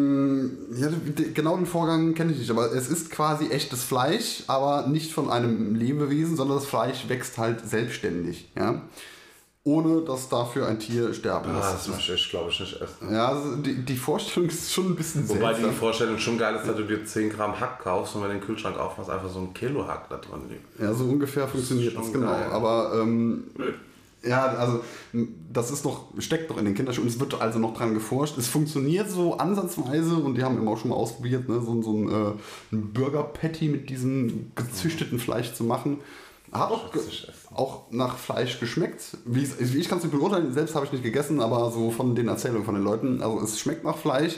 Ja, genau den Vorgang kenne ich nicht, aber es ist quasi echtes Fleisch, aber nicht von einem Lebewesen, sondern das Fleisch wächst halt selbstständig, ja? Ohne dass dafür ein Tier sterben muss. Ah, das möchte ich, glaube ich, nicht essen. Ja, also die, die Vorstellung ist schon ein bisschen Wobei seltsam. die Vorstellung schon geil ist, dass du dir zehn Gramm Hack kaufst und wenn du den Kühlschrank aufmachst, einfach so ein Kilo Hack da drin liegt. Ja, so ungefähr funktioniert das, das genau. Geil. Aber ähm, ja, also das ist noch, steckt noch in den Kinderschuhen. Es wird also noch dran geforscht. Es funktioniert so ansatzweise und die haben immer auch schon mal ausprobiert, ne, so, so ein, äh, ein Burger-Patty mit diesem gezüchteten Fleisch zu machen. Hat auch, auch nach Fleisch geschmeckt. Wie ich, wie ich kann es nicht beurteilen, selbst habe ich nicht gegessen, aber so von den Erzählungen von den Leuten. Also es schmeckt nach Fleisch.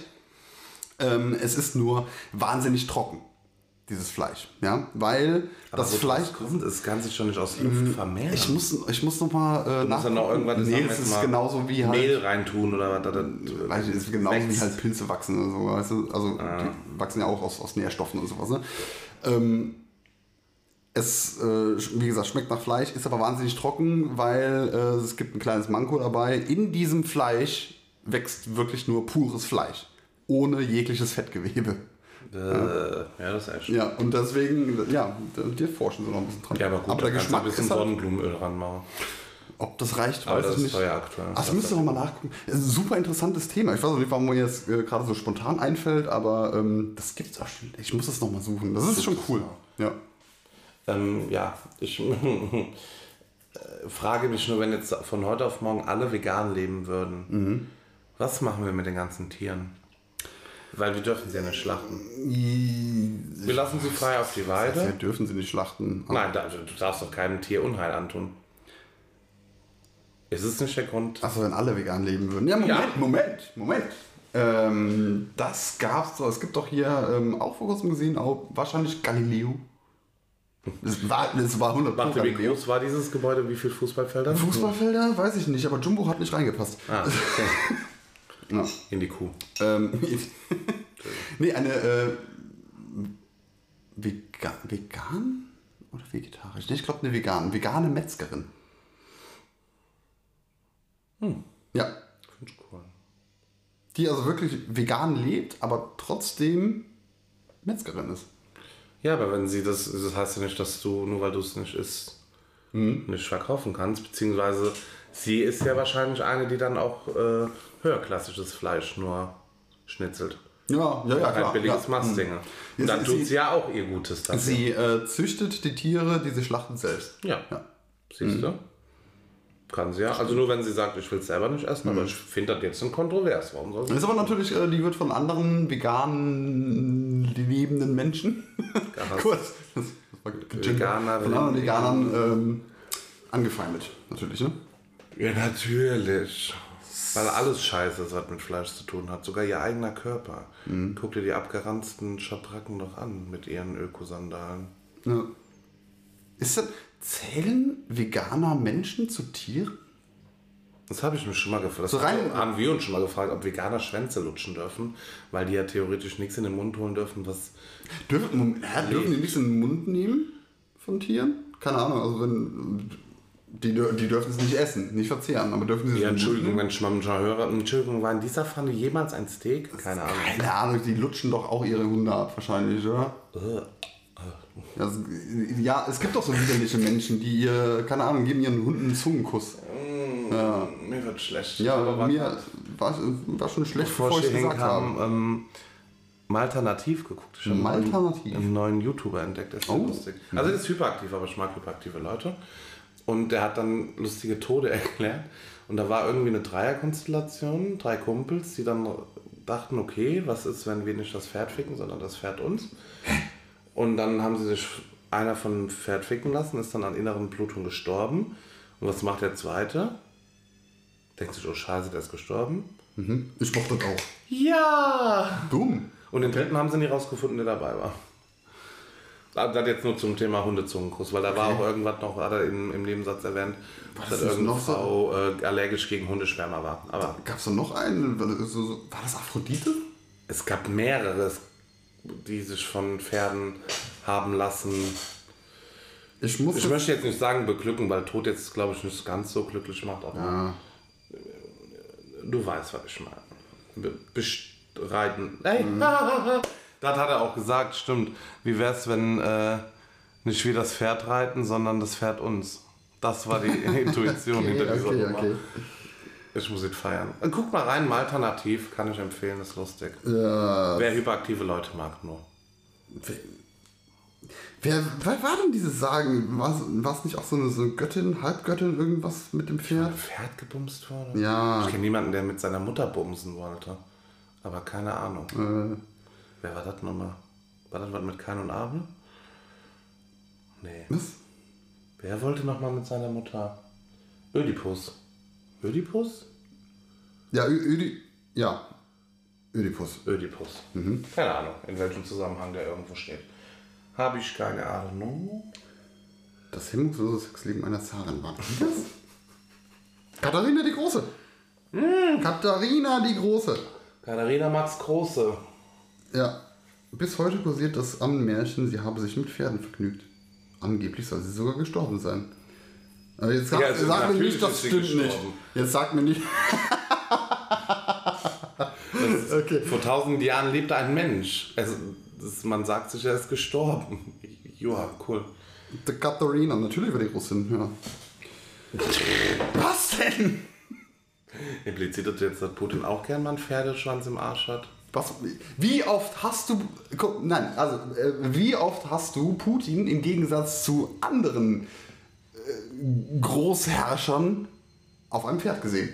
Ähm, es ist nur wahnsinnig trocken, dieses Fleisch. Ja? Weil aber das Fleisch... Kommt, es kann sich schon nicht aus Luft vermehren. Ich muss, ich muss nochmal äh, nach... Dann noch irgendwas nee, es ist genauso wie halt... Mehl reintun oder was. Da, weiß ich, es ist genauso wächst. Wie halt Pilze wachsen oder so. Weißt du? Also ah. die wachsen ja auch aus, aus Nährstoffen und sowas. Ne? Ähm, Es, äh, wie gesagt, schmeckt nach Fleisch, ist aber wahnsinnig trocken, weil äh, es gibt ein kleines Manko dabei. In diesem Fleisch wächst wirklich nur pures Fleisch, ohne jegliches Fettgewebe. Äh, ja. ja, das ist echt. Ja, und deswegen, ja, dir forschen sie noch ein bisschen dran. Ja, aber gut, aber der Geschmack ein bisschen ist halt, Sonnenblumenöl ranmachen. Ob das reicht, aber weiß das ich nicht. Ist teuer aktuell. Ach, das müsst ihr nochmal nachgucken. Das ist ein super interessantes Thema. Ich weiß auch nicht, warum mir jetzt äh, gerade so spontan einfällt, aber ähm, das gibt es auch schon. Ich muss es nochmal suchen. Das ist schon cool. Ja. Ähm, ja, ich frage mich nur, wenn jetzt von heute auf morgen alle vegan leben würden, mhm. was machen wir mit den ganzen Tieren? Weil wir dürfen sie ja nicht schlachten. Wir lassen sie frei auf die Weide. Wir dürfen sie nicht schlachten. Nein, du darfst doch keinem Tier Unheil antun. Ist es nicht der Grund? Achso, wenn alle vegan leben würden. Ja, Moment, ja. Moment, Moment. Ähm, das gab's doch. Es gibt doch hier ähm, auch vor kurzem gesehen, auch wahrscheinlich Galileo. Es war, es war hundert Prozent. Wie groß war dieses Gebäude? Wie viele Fußballfelder? Fußballfelder? Weiß ich nicht, aber Jumbo hat nicht reingepasst. Ah, okay. Ja. In die Kuh. Ähm, nee, eine äh, Vega, vegan oder vegetarisch? Nee, ich glaube eine vegan, vegane Metzgerin. Hm. Ja. Finde ich cool. Die also wirklich vegan lebt, aber trotzdem Metzgerin ist. Ja, aber wenn sie das, das heißt ja nicht, dass du, nur weil du es nicht isst, mhm. nicht verkaufen kannst, beziehungsweise sie ist ja wahrscheinlich eine, die dann auch äh, höherklassisches Fleisch nur schnitzelt. Ja, ja, ja, halt klar. billiges Ja. Mastdinge. Und dann tut sie, sie ja auch ihr Gutes dafür. Sie äh, züchtet die Tiere, die sie schlachtet selbst. Ja, ja. Siehst mhm. du? Kann sie ja. Also nur wenn sie sagt, ich will es selber nicht essen, mhm. aber ich finde das jetzt ein kontrovers. Warum soll sie? Das ist aber natürlich, äh, die wird von anderen veganen lebenden Menschen kurz das war Veganer, von anderen Veganern ähm, angefeindet, natürlich, ne? Ja, natürlich. Weil alles scheiße ist, was mit Fleisch zu tun hat. Sogar ihr eigener Körper. Mhm. Guck dir die abgeranzten Schabracken doch an mit ihren Ökosandalen. Ja. Ist das, zählen veganer Menschen zu Tieren? Das habe ich mich schon mal gefragt. Das so haben wir uns schon mal gefragt, ob Veganer Schwänze lutschen dürfen, weil die ja theoretisch nichts in den Mund holen dürfen, was... Dürfen, äh, dürfen die nichts in den Mund nehmen von Tieren? Keine Ahnung, also wenn... Die, die dürfen es nicht essen, nicht verzehren, aber dürfen sie es ja, Entschuldigung, wenn ich mal höre, Entschuldigung, war in dieser Pfanne jemals ein Steak? Keine Ahnung. Keine Ahnung, die lutschen doch auch ihre Hunde ab wahrscheinlich, oder? Ja, es, ja, es gibt auch so widerliche Menschen, die ihr, keine Ahnung, geben ihren Hunden einen Zungenkuss. Mm, ja. Mir wird schlecht. Ja, aber mir war, war schon schlecht, bevor bevor ich ich es gesagt hinkam, habe. ähm, Malternativ geguckt. Ich habe Malternativ? einen neuen YouTuber entdeckt, der ist sehr Oh. lustig. Also der ist hyperaktiv, aber ich mag hyperaktive Leute. Und der hat dann lustige Tode erklärt. Und da war irgendwie eine Dreierkonstellation, drei Kumpels, die dann dachten, okay, was ist, wenn wir nicht das Pferd ficken, sondern das Pferd uns? Und dann haben sie sich einer von dem Pferd ficken lassen, ist dann an inneren Blutungen gestorben. Und was macht der Zweite? Denkt sich, oh Scheiße, der ist gestorben. Mhm. Ich mach das auch. Ja! Dumm. Und den dritten haben sie nie rausgefunden, der dabei war. Das jetzt nur zum Thema Hundezungenkuss, weil da war auch irgendwas noch, hat er im, im Nebensatz erwähnt, Was dass ist irgendeine noch so? Frau äh, allergisch gegen Hundeschwärmer war. Aber Gab es da noch einen? War das, so, war das Aphrodite? es gab mehrere, die sich von Pferden haben lassen. Ich muss Ich jetzt, möchte jetzt nicht sagen beglücken, weil Tod jetzt, glaube ich, nicht ganz so glücklich macht. Aber ja. du weißt, was ich meine. Be bestreiten. Hey. Mhm. Das hat er auch gesagt, stimmt. Wie wäre es, wenn äh, nicht wir das Pferd reiten, sondern das Pferd uns? Das war die Intuition Okay, hinter dieser okay, Nummer. okay. Ich muss jetzt feiern. Guck mal rein, Malternativ, kann ich empfehlen, ist lustig. Ja. Wer hyperaktive Leute mag nur. Wer, wer war denn diese Sagen? War es nicht auch so eine, so eine Göttin, Halbgöttin, irgendwas mit dem Pferd? Pferd gebumst wurde? Ja. Ich kenne niemanden, der mit seiner Mutter bumsen wollte. Aber keine Ahnung. Äh, Wer war das nochmal? War das was mit Kain und Abel? Nee. was? Wer wollte nochmal mit seiner Mutter? Ödipus. Ödipus? Ja, Ö Ödi ja. Ödipus. Ödipus. Mhm. Keine Ahnung, in welchem Zusammenhang der irgendwo steht. Habe ich keine Ahnung. Das hemmungslose Sexleben einer Zarin war das? Katharina die Große. Mm. Katharina die Große. Katharina Max Große. Ja. Bis heute kursiert das Ammenmärchen, sie habe sich mit Pferden vergnügt. Angeblich soll sie sogar gestorben sein. Aber jetzt sag, Ja, also sag mir natürlich nicht, das ist sie stimmt nicht. gestorben. Jetzt sag mir nicht. Okay. Vor tausend Jahren lebte ein Mensch. Also, das, man sagt sich, er ist gestorben. Joa, cool. Die Katharina, natürlich war die Russin, ja. Was denn? Impliziert das jetzt, dass Putin auch gern mal einen Pferdeschwanz im Arsch hat? Was, wie oft hast du, guck, nein, also äh, wie oft hast du Putin im Gegensatz zu anderen äh, Großherrschern auf einem Pferd gesehen?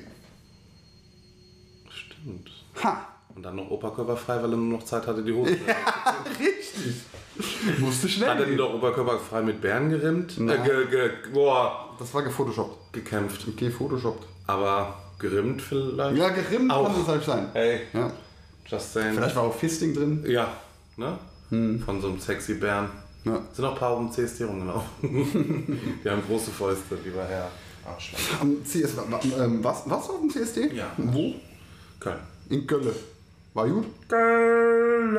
Stimmt. Ha! Und dann noch oberkörperfrei, weil er nur noch Zeit hatte, die Hose. Ja, richtig. Musste schnell Hat er die gehen. doch oberkörperfrei mit Bären gerimmt? Äh, Nein. ge, ge, boah, Das war gefotoshoppt. gekämpft. Okay, photoshoppt. Aber gerimmt vielleicht? Ja, gerimmt Auch. kann es halt sein. Ey, Ja. just saying. Vielleicht war auch Fisting drin. Ja, ne? Von so einem sexy Bären. Ja. Sind noch ein paar um C S D rumgelaufen. Die haben große Fäuste, lieber Herr Arschloch. Am C S D, ähm, was, was auf dem C S D? Ja. Wo? Köln. In Köln. War gut? Köln.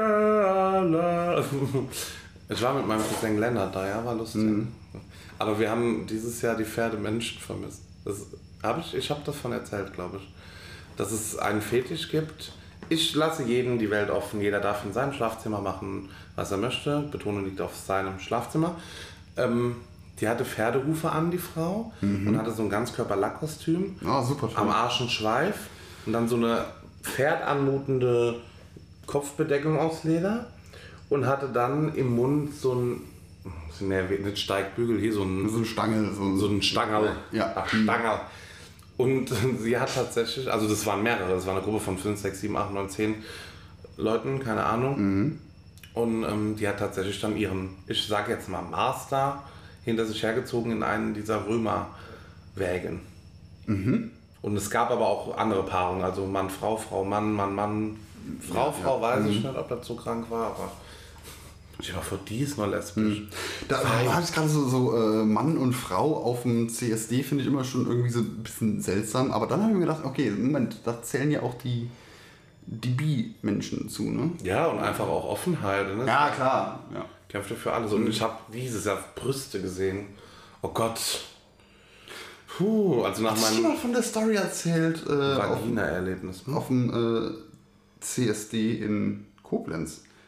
Ich war mit meinem Cousin Lennart da, ja, war lustig. Mhm. Aber wir haben dieses Jahr die Pferdemenschen vermisst. Das hab ich ich habe davon erzählt, glaube ich. Dass es einen Fetisch gibt. Ich lasse jeden die Welt offen. Jeder darf in seinem Schlafzimmer machen, was er möchte. Betonung liegt auf seinem Schlafzimmer. Ähm, die hatte Pferdehufe an, die Frau. Mhm. Und hatte so ein Ganzkörper-Lackkostüm. Ah, super schön. Am Arsch ein Schweif. Und dann so eine pferdanmutende Kopfbedeckung aus Leder. Und hatte dann im Mund so ein, nee, nicht Steigbügel, hier so ein, So eine Stange. So ein, so ein Stangerl. Ja. Ach, Stangerl. Und sie hat tatsächlich, also das waren mehrere, das war eine Gruppe von fünf, sechs, sieben, acht, neun, zehn Leuten, keine Ahnung. Mhm. Und ähm, die hat tatsächlich dann ihren, ich sag jetzt mal Master, hinter sich hergezogen in einen dieser Römerwägen. Mhm. Und es gab aber auch andere Paarungen, also Mann, Frau, Frau, Mann, Mann, Mann, Frau, Ja, Frau, ja. weiß Mhm. ich nicht, ob das so krank war, aber ich war vor, die ist noch lesbisch. Da hatte ich gerade so, so äh, Mann und Frau auf dem C S D, finde ich immer schon irgendwie so ein bisschen seltsam. Aber dann habe ich mir gedacht, okay, Moment, da zählen ja auch die, die Bi-Menschen zu, ne? Ja, und einfach auch Offenheit. Ne? Ja, klar. Ja. Kämpfte für alles. Und ich habe dieses Jahr Brüste gesehen. Oh Gott. Puh, also nach Hast du meinem mal von der Story erzählt? Äh, auf, Vagina-Erlebnis. Hm? auf dem äh, C S D in Koblenz.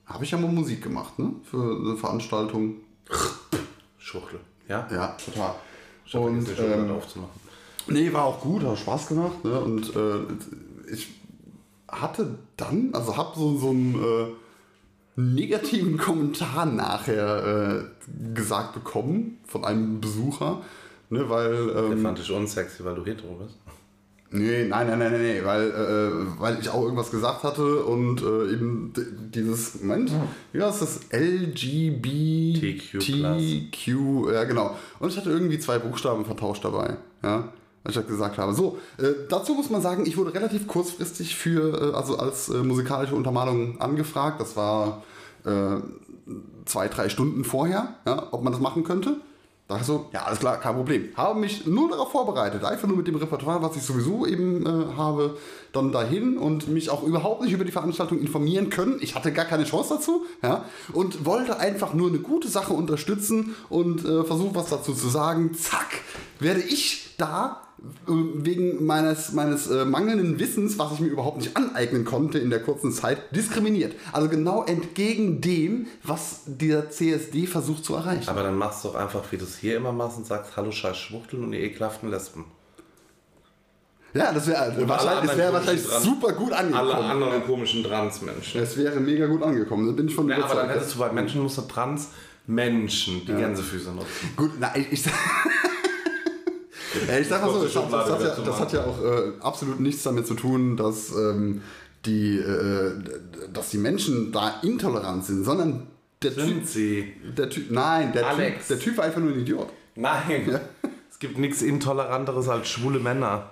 habe ich ja mal Musik gemacht, ne? Für eine Veranstaltung. Schwuchtel. Ja? Ja, total. Ich hab Und vergessen, den ähm, aufzumachen. nee, war auch gut, hat Spaß gemacht. Ne? Und äh, ich hatte dann, also habe so, so einen äh, negativen Kommentar nachher äh, gesagt bekommen von einem Besucher. Ne, weil, ähm, Der fand dich unsexy, weil du hetero bist. Nee, nein, nein, nein, nein, nee, weil, äh, weil ich auch irgendwas gesagt hatte und äh, eben d- dieses, Moment, wie heißt das? L G B T Q, ja genau. Und ich hatte irgendwie zwei Buchstaben vertauscht dabei, ja, als ich das gesagt habe. So, äh, dazu muss man sagen, ich wurde relativ kurzfristig für, äh, also als äh, musikalische Untermalung angefragt. Das war äh, zwei, drei Stunden vorher, ja, ob man das machen könnte. Da dachte ich so, ja, alles klar, kein Problem. Habe mich null darauf vorbereitet. Einfach nur mit dem Repertoire, was ich sowieso eben äh, habe, dann dahin und mich auch überhaupt nicht über die Veranstaltung informieren können. Ich hatte gar keine Chance dazu, ja, und wollte einfach nur eine gute Sache unterstützen und äh, versuche was dazu zu sagen. Zack, werde ich da äh, wegen meines, meines äh, mangelnden Wissens, was ich mir überhaupt nicht aneignen konnte in der kurzen Zeit, diskriminiert. Also genau entgegen dem, was der C S D versucht zu erreichen. Aber dann machst du doch einfach, wie du es hier immer machst und sagst, hallo scheiß Schwuchteln und ihr ekelhaften Lesben. Ja, das wäre wahrscheinlich, wär wahrscheinlich super gut angekommen. Alle anderen komischen Trans-Menschen. Es wäre mega gut angekommen, da bin ich von Ja, überzeugt. aber dann hättest du bei Menschen, musst du Trans-Menschen die Ja. Gänsefüße nutzen. Gut, na, ich, ich, ja, ich sag mal so, das, das, das, hat, ja, das hat ja auch äh, absolut nichts damit zu tun, dass, ähm, die, äh, dass die Menschen da intolerant sind, sondern der Sind Typ, sie? der Typ, nein, der Alex. Typ, der Typ war einfach nur ein Idiot. Nein. Ja. Es gibt nichts Intoleranteres als schwule Männer.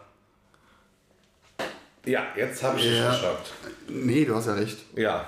Ja, jetzt habe ich dich Ja. geschafft. Nee, du hast ja recht. Ja.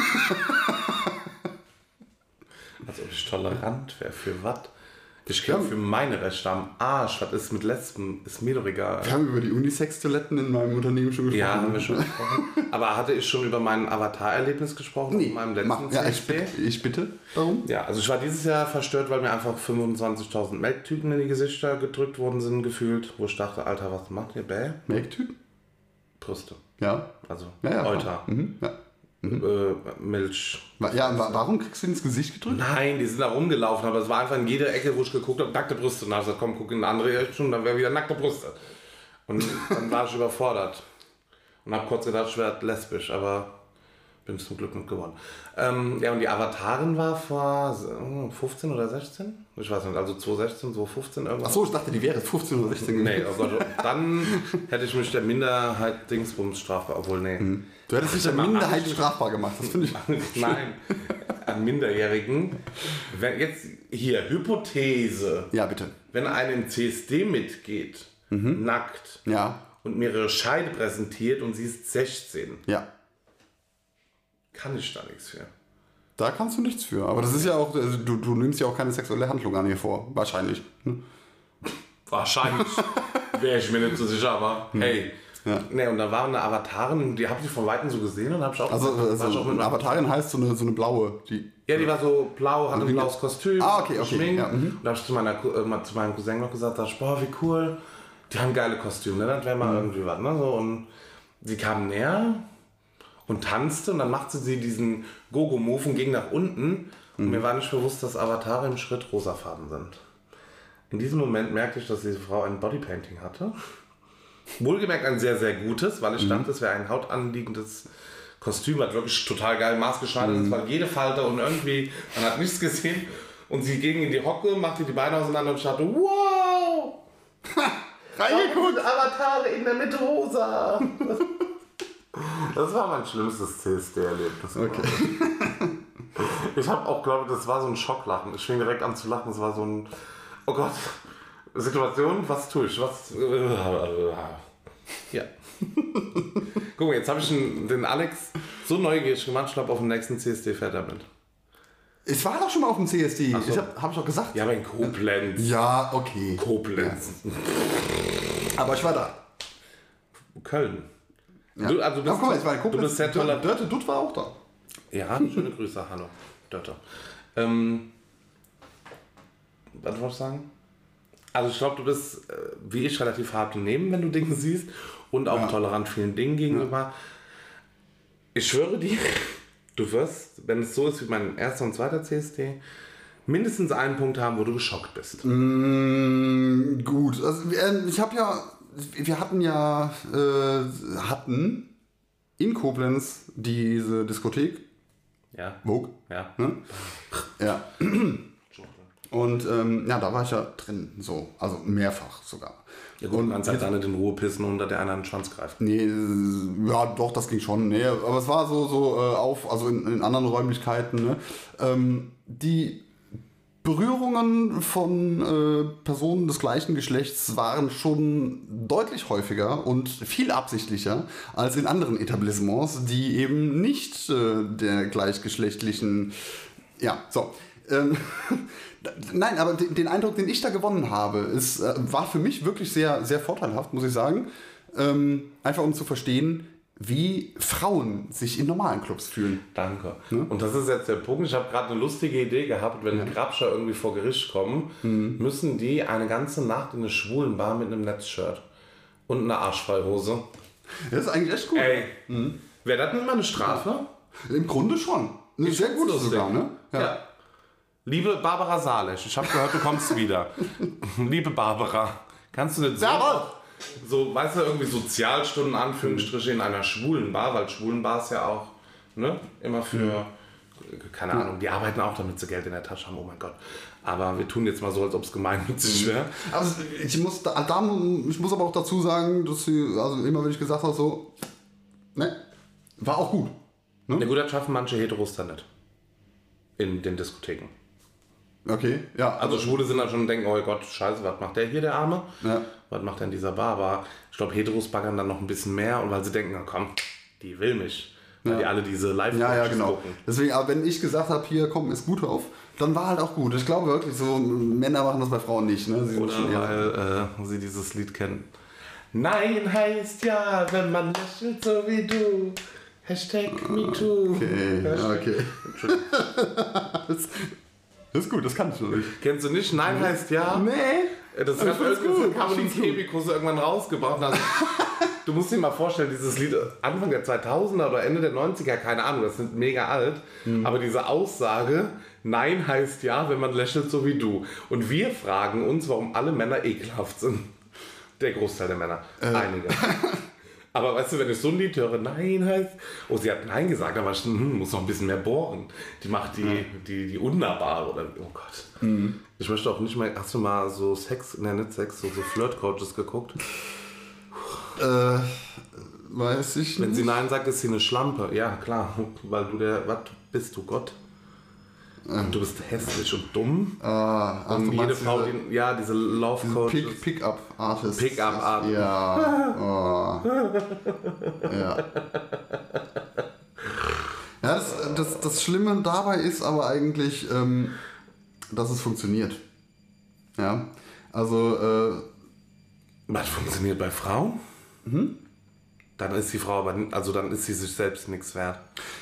Als ob ich tolerant wäre. Für was? Ich kämpfe Ja. für meine Rechte am Arsch. Was ist mit Lesben? Ist mir doch egal. Wir haben über die Unisex-Toiletten in meinem Unternehmen schon gesprochen. Ja, haben wir schon gesprochen. Aber hatte ich schon über mein Avatar-Erlebnis gesprochen? Nee, in meinem letzten mach, ja, ich, C S D? bitte, ich bitte. Warum? Ja, also ich war dieses Jahr verstört, weil mir einfach fünfundzwanzigtausend Melktüten in die Gesichter gedrückt worden sind, gefühlt. Wo ich dachte, Alter, was macht ihr? Bäh? Make-Typ? Brüste. Ja. Also Ja, ja. Euter. klar. Mhm, ja. Äh, Milch. Wa- Ja, wa- warum kriegst du ins Gesicht gedrückt? Nein, die sind da rumgelaufen, aber es war einfach in jeder Ecke, wo ich geguckt habe, nackte Brüste. Und dann habe ich gesagt, komm, guck in eine andere Richtung, dann wäre wieder nackte Brüste. Und dann war ich überfordert. Und habe kurz gedacht, ich werde lesbisch, aber bin zum Glück nicht geworden. Ähm, ja, und die Avatarin war vor fünfzehn oder sechzehn? Ich weiß nicht, also zwanzig sechzehn, zwanzig fünfzehn irgendwas. Achso, ich dachte, die wäre fünfzehn oder sechzehn Nee, gewesen. oh Gott, dann hätte ich mich der Minderheit Dingsbums strafbar, obwohl, nee. Du hättest dich der Ach, Minderheit ach, strafbar gemacht, das finde ich. Nein, an Minderjährigen. Wenn jetzt hier, Hypothese. Ja, bitte. Wenn einer im C S D mitgeht, nackt, Ja, und mir ihre Scheide präsentiert und sie ist sechzehn, ja. kann ich da nichts für. Da kannst du nichts für. Aber das ist ja auch, also du, du nimmst ja auch keine sexuelle Handlung an ihr vor. Wahrscheinlich. Ne? Wahrscheinlich wäre ich mir nicht so sicher, aber hey. Ja. Nee, und da war eine Avatarin, die habe ich von Weitem so gesehen und habe ich auch Also, war ich also auch mit eine Avatarin heißt so eine, so eine blaue. Die, Ja, die war so blau, hatte ein blaues Kostüm. Ah, okay, okay, geschminkt. ja, mhm. Und da habe ich zu, meiner, äh, zu meinem Cousin noch gesagt, da, boah, wie cool. Die haben geile Kostüme, ne? Das wäre mal Mhm. irgendwie was. Ne? So, und sie kam näher und tanzte und dann machte sie diesen Gogo-Move und ging nach unten. Und Mhm. mir war nicht bewusst, dass Avatare im Schritt rosafarben sind. In diesem Moment merkte ich, dass diese Frau ein Bodypainting hatte. Wohlgemerkt ein sehr, sehr gutes, weil ich Mhm. dachte, es wäre ein hautanliegendes Kostüm, was wirklich total geil maßgeschneidert ist, weil jede Falte und irgendwie, man hat nichts gesehen. Und sie ging in die Hocke, machte die Beine auseinander und ich dachte, wow! Reingeguckt, Avatare in der Mitte rosa! Das war mein schlimmstes C S D-Erlebnis. okay. Ich habe auch, glaube ich, das war so ein Schocklachen. Ich fing direkt an zu lachen. Es war so ein, oh Gott, Situation, was tue ich? Was? Ja. Guck mal, jetzt habe ich den, den Alex so neugierig gemacht, ich glaube, auf dem nächsten C S D fährt er mit. Es war doch schon mal auf dem C S D. Ach so. Ich habe hab ich doch gesagt. Ja, aber in Koblenz. Ja, okay. Koblenz. Aber ich war da. Köln. Ja. Du, also du Ja, bist, guck mal, es war in du Koblenz. bist sehr toller. Dörte Dutt war auch da. Ja, schöne Grüße, hallo. Dörte. Ähm, was wollte ich sagen? Also ich glaube, du bist, äh, wie ich, relativ hart im Nehmen, wenn du Dinge siehst und auch Ja. tolerant vielen Dingen gegenüber. Ich schwöre dir, du wirst, wenn es so ist wie mein erster und zweiter C S D, mindestens einen Punkt haben, wo du geschockt bist. Mm, gut, also ich habe ja, wir hatten ja, äh, hatten in Koblenz diese Diskothek. Ja. Vogue. Ja. Ne? Ja. Und ähm, ja, da war ich ja drin, so, also mehrfach sogar. Ja gut, und du kannst halt da nicht in Ruhe pissen, unter der einer einen Schwanz greift. Nee, ja, doch, das ging schon. Nee, aber es war so, so äh, auf, also in, in anderen Räumlichkeiten. Ne? Ähm, die Berührungen von äh, Personen des gleichen Geschlechts waren schon deutlich häufiger und viel absichtlicher als in anderen Etablissements, die eben nicht äh, der gleichgeschlechtlichen... Ja, so. Ähm, Nein, aber den Eindruck, den ich da gewonnen habe, ist, äh, war für mich wirklich sehr, sehr vorteilhaft, muss ich sagen. Ähm, einfach um zu verstehen, wie Frauen sich in normalen Clubs fühlen. Danke. Ne? Und das ist jetzt der Punkt. Ich habe gerade eine lustige Idee gehabt, wenn ja. Grabscher irgendwie vor Gericht kommen, mhm. müssen die eine ganze Nacht in eine Schwulenbar mit einem Netzshirt und einer Arschfreihose. Das ist eigentlich echt gut. Ey, mhm. wäre das nicht mal eine Strafe? Im Grunde schon. Eine sehr gute sogar, ne? Ja. ja. Liebe Barbara Salesch, ich habe gehört, du kommst wieder. Liebe Barbara, kannst du nicht so, so, weißt du, irgendwie Sozialstunden, Anführungsstriche, in einer schwulen Bar, weil schwulen Bars ja auch, ne, immer für, keine Ahnung, die arbeiten auch, damit sie Geld in der Tasche haben, oh mein Gott. Aber wir tun jetzt mal so, als ob es gemeinnützig wäre. Also ich muss, da, da, ich muss aber auch dazu sagen, dass sie, also immer wenn ich gesagt habe, so, ne, war auch gut. Ne? Ja gut, das schaffen manche Heteros dann nicht. In den Diskotheken. Okay, ja. Also Schwule sind dann schon und denken, oh Gott, scheiße, was macht der hier, der Arme? Ja. Was macht denn dieser Bar? Aber ich glaube, Heteros baggern dann noch ein bisschen mehr und weil sie denken, na komm, die will mich. Weil ja. die alle diese live ja, ja, genau. gucken. Deswegen, aber wenn ich gesagt habe, hier, komm, ist gut drauf, dann war halt auch gut. Ich glaube wirklich, so Männer machen das bei Frauen nicht. Ne? Sie Oder schon, weil äh, sie dieses Lied kennen. Nein heißt ja, wenn man lächelt so wie du. Hashtag MeToo. Okay, Hashtag. okay. das, das ist gut, das kannst du nicht. Kennst du nicht? Nein heißt ja. Nee. Das hat Caroline Kebekus irgendwann rausgebracht. Also, du musst dir mal vorstellen, dieses Lied Anfang der zweitausender oder Ende der neunziger, keine Ahnung, das sind mega alt. Mhm. Aber diese Aussage, Nein heißt ja, wenn man lächelt so wie du. Und wir fragen uns, warum alle Männer ekelhaft sind. Der Großteil der Männer. Äh. Einige. Aber weißt du, wenn ich so ein Lied höre, Nein heißt, oh, sie hat Nein gesagt, aber ich hm, muss noch ein bisschen mehr bohren. Die macht die, ja. die, die Wunderbar oder, oh Gott. Mhm. Ich möchte auch nicht mehr, hast du mal so Sex, ne, nicht Sex, so, so Flirt-Coaches geguckt? Äh, weiß ich Wenn nicht. sie Nein sagt, ist sie eine Schlampe. Ja, klar, weil du der, was bist du, Gott? Ähm. Du bist hässlich und dumm. Ah, ach, und jede Frau, diese, die, ja, diese Love Coaches. Pick, Pick-up Artists. Pick-up Artists. Ja. Oh. ja. Ja, das, das, das Schlimme dabei ist aber eigentlich, ähm, dass es funktioniert. Ja, also. Äh, Was funktioniert bei Frauen? Mhm. Dann ist die Frau aber, also dann ist sie sich selbst nichts wert.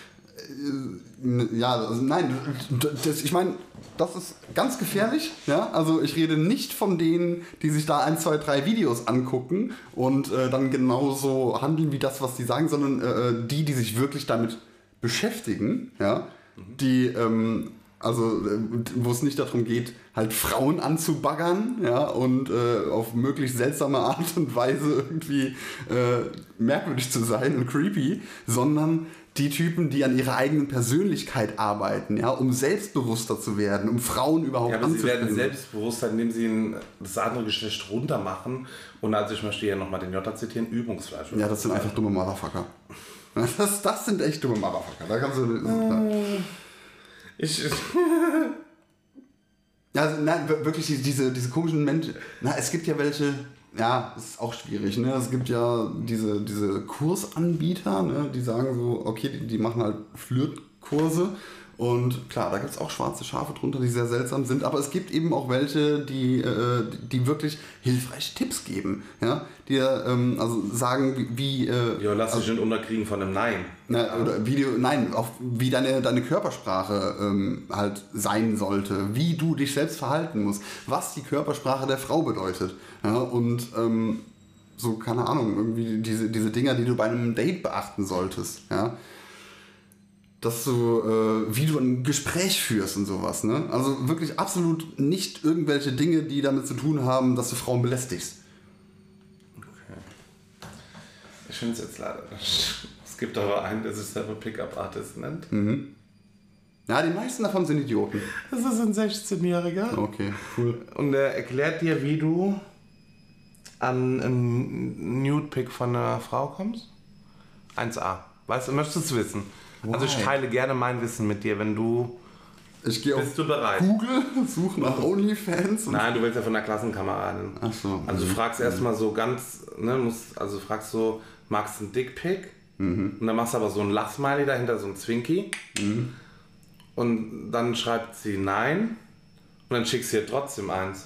Ja, also nein, das, ich meine, das ist ganz gefährlich. Ja? Also ich rede nicht von denen, die sich da ein, zwei, drei Videos angucken und äh, dann genauso handeln wie das, was die sagen, sondern äh, die, die sich wirklich damit beschäftigen, ja? Mhm. die, ähm, also äh, wo es nicht darum geht, halt Frauen anzubaggern, ja, und äh, auf möglichst seltsame Art und Weise irgendwie äh, merkwürdig zu sein und creepy, sondern die Typen, die an ihrer eigenen Persönlichkeit arbeiten, ja, um selbstbewusster zu werden, um Frauen überhaupt anzufinden. Ja, aber sie werden selbstbewusster, indem sie ein, das andere Geschlecht runter machen. Und also ich möchte hier nochmal den Jota zitieren, Übungsfleisch. Ja, das sind einfach dumme Motherfucker. Das, das sind echt dumme Motherfucker. Da kannst du... Äh, ich... Ja, also, nein, wirklich diese, diese komischen Menschen. Na, es gibt ja welche... Ja, das ist auch schwierig. Ne? Es gibt ja diese, diese Kursanbieter, ne? Die sagen so, okay, die, die machen halt Flirtkurse. Und klar, da gibt es auch schwarze Schafe drunter, die sehr seltsam sind. Aber es gibt eben auch welche, die, äh, die wirklich hilfreiche Tipps geben. Ja? Die ähm, also sagen, wie... wie äh, ja, lass dich also, nicht unterkriegen von einem Nein. Na, oder wie, nein, auch wie deine, deine Körpersprache ähm, halt sein sollte. Wie du dich selbst verhalten musst. Was die Körpersprache der Frau bedeutet. Ja? Und ähm, so, keine Ahnung, irgendwie diese, diese Dinger, die du bei einem Date beachten solltest. Ja? dass du, äh, wie du ein Gespräch führst und sowas, ne? Also wirklich absolut nicht irgendwelche Dinge, die damit zu tun haben, dass du Frauen belästigst. Okay. Ich finde es jetzt leider nicht. Es gibt aber einen, der sich selber Pickup-Artist nennt. Mhm. Ja, die meisten davon sind Idioten. Das ist ein sechzehnjähriger. Okay, cool. Und er erklärt dir, wie du an einen Nude-Pick von einer Frau kommst. eins a. Weißt du, möchtest du es wissen? Why? Also ich teile gerne mein Wissen mit dir, wenn du... Ich gehe auf du bereit? Google, suche nach OnlyFans. Und Nein, du willst ja von der Klassenkameradin. Ach so. Also du mhm. fragst erstmal so ganz, ne, musst, also du fragst so, magst du einen Dickpick? Mhm. Und dann machst du aber so ein Lachsmiley dahinter, so ein Zwinky. Mhm. Und dann schreibt sie nein. Und dann schickst du ihr trotzdem eins.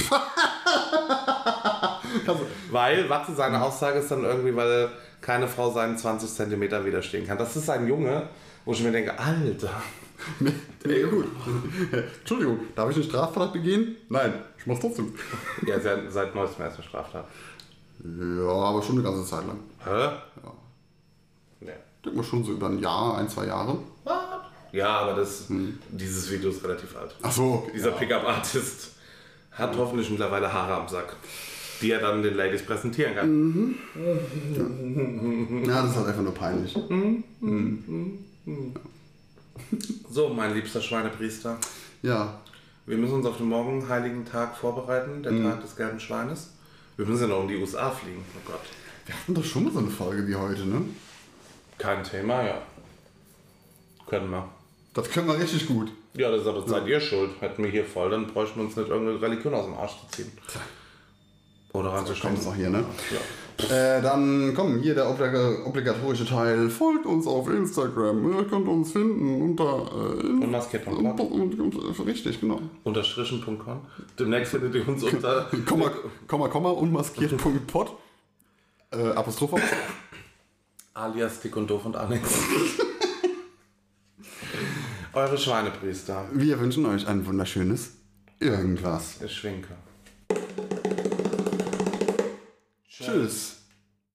also, weil, warte, seine Aussage ist dann irgendwie, weil keine Frau seinen zwanzig Zentimeter widerstehen kann. Das ist ein Junge, wo ich mir denke, Alter. Nee, gut. Entschuldigung, darf ich eine Straftat begehen? Nein, ich mach's trotzdem. Ja, seit, seit neuestem erst eine Straftat. Ja, aber schon eine ganze Zeit lang. Hä? Ja. Nee. Ich denke mal schon so über ein Jahr, ein, zwei Jahre. What? Ja, aber das, hm. dieses Video ist relativ alt. Ach so. Dieser ja. Pickup-Artist hat ja. hoffentlich mittlerweile Haare am Sack, die er dann den Ladies präsentieren kann. Mhm. Ja. ja, das ist halt einfach nur peinlich. Mhm. Mhm. Mhm. So, mein liebster Schweinepriester. Ja. Wir müssen uns auf den morgen heiligen Tag vorbereiten, der mhm. Tag des gelben Schweines. Wir müssen ja noch in die U S A fliegen, oh Gott. Wir hatten doch schon mal so eine Folge wie heute, ne? Kein Thema, ja. Können wir. Das können wir richtig gut. Ja, das ist aber seid ihr schuld. Hätten wir hier voll, dann bräuchten wir uns nicht irgendeine Religion aus dem Arsch zu ziehen. Oder ranzuschauen. Kommt es auch hier, ne? Ja. Äh, dann komm, hier der obligatorische Teil. Folgt uns auf Instagram. Ihr könnt uns finden unter... Äh, Unmaskiert Punkt com. Richtig, genau. Unterstrichen Punkt com. Demnächst findet ihr uns unter... Komma, Komma, Komma, unmaskiert Punkt pod. Äh, Apostrophe. Alias Dick und Doof und Alex. Eure Schweinepriester. Wir wünschen euch ein wunderschönes irgendwas. Ich schwinke. Tschüss.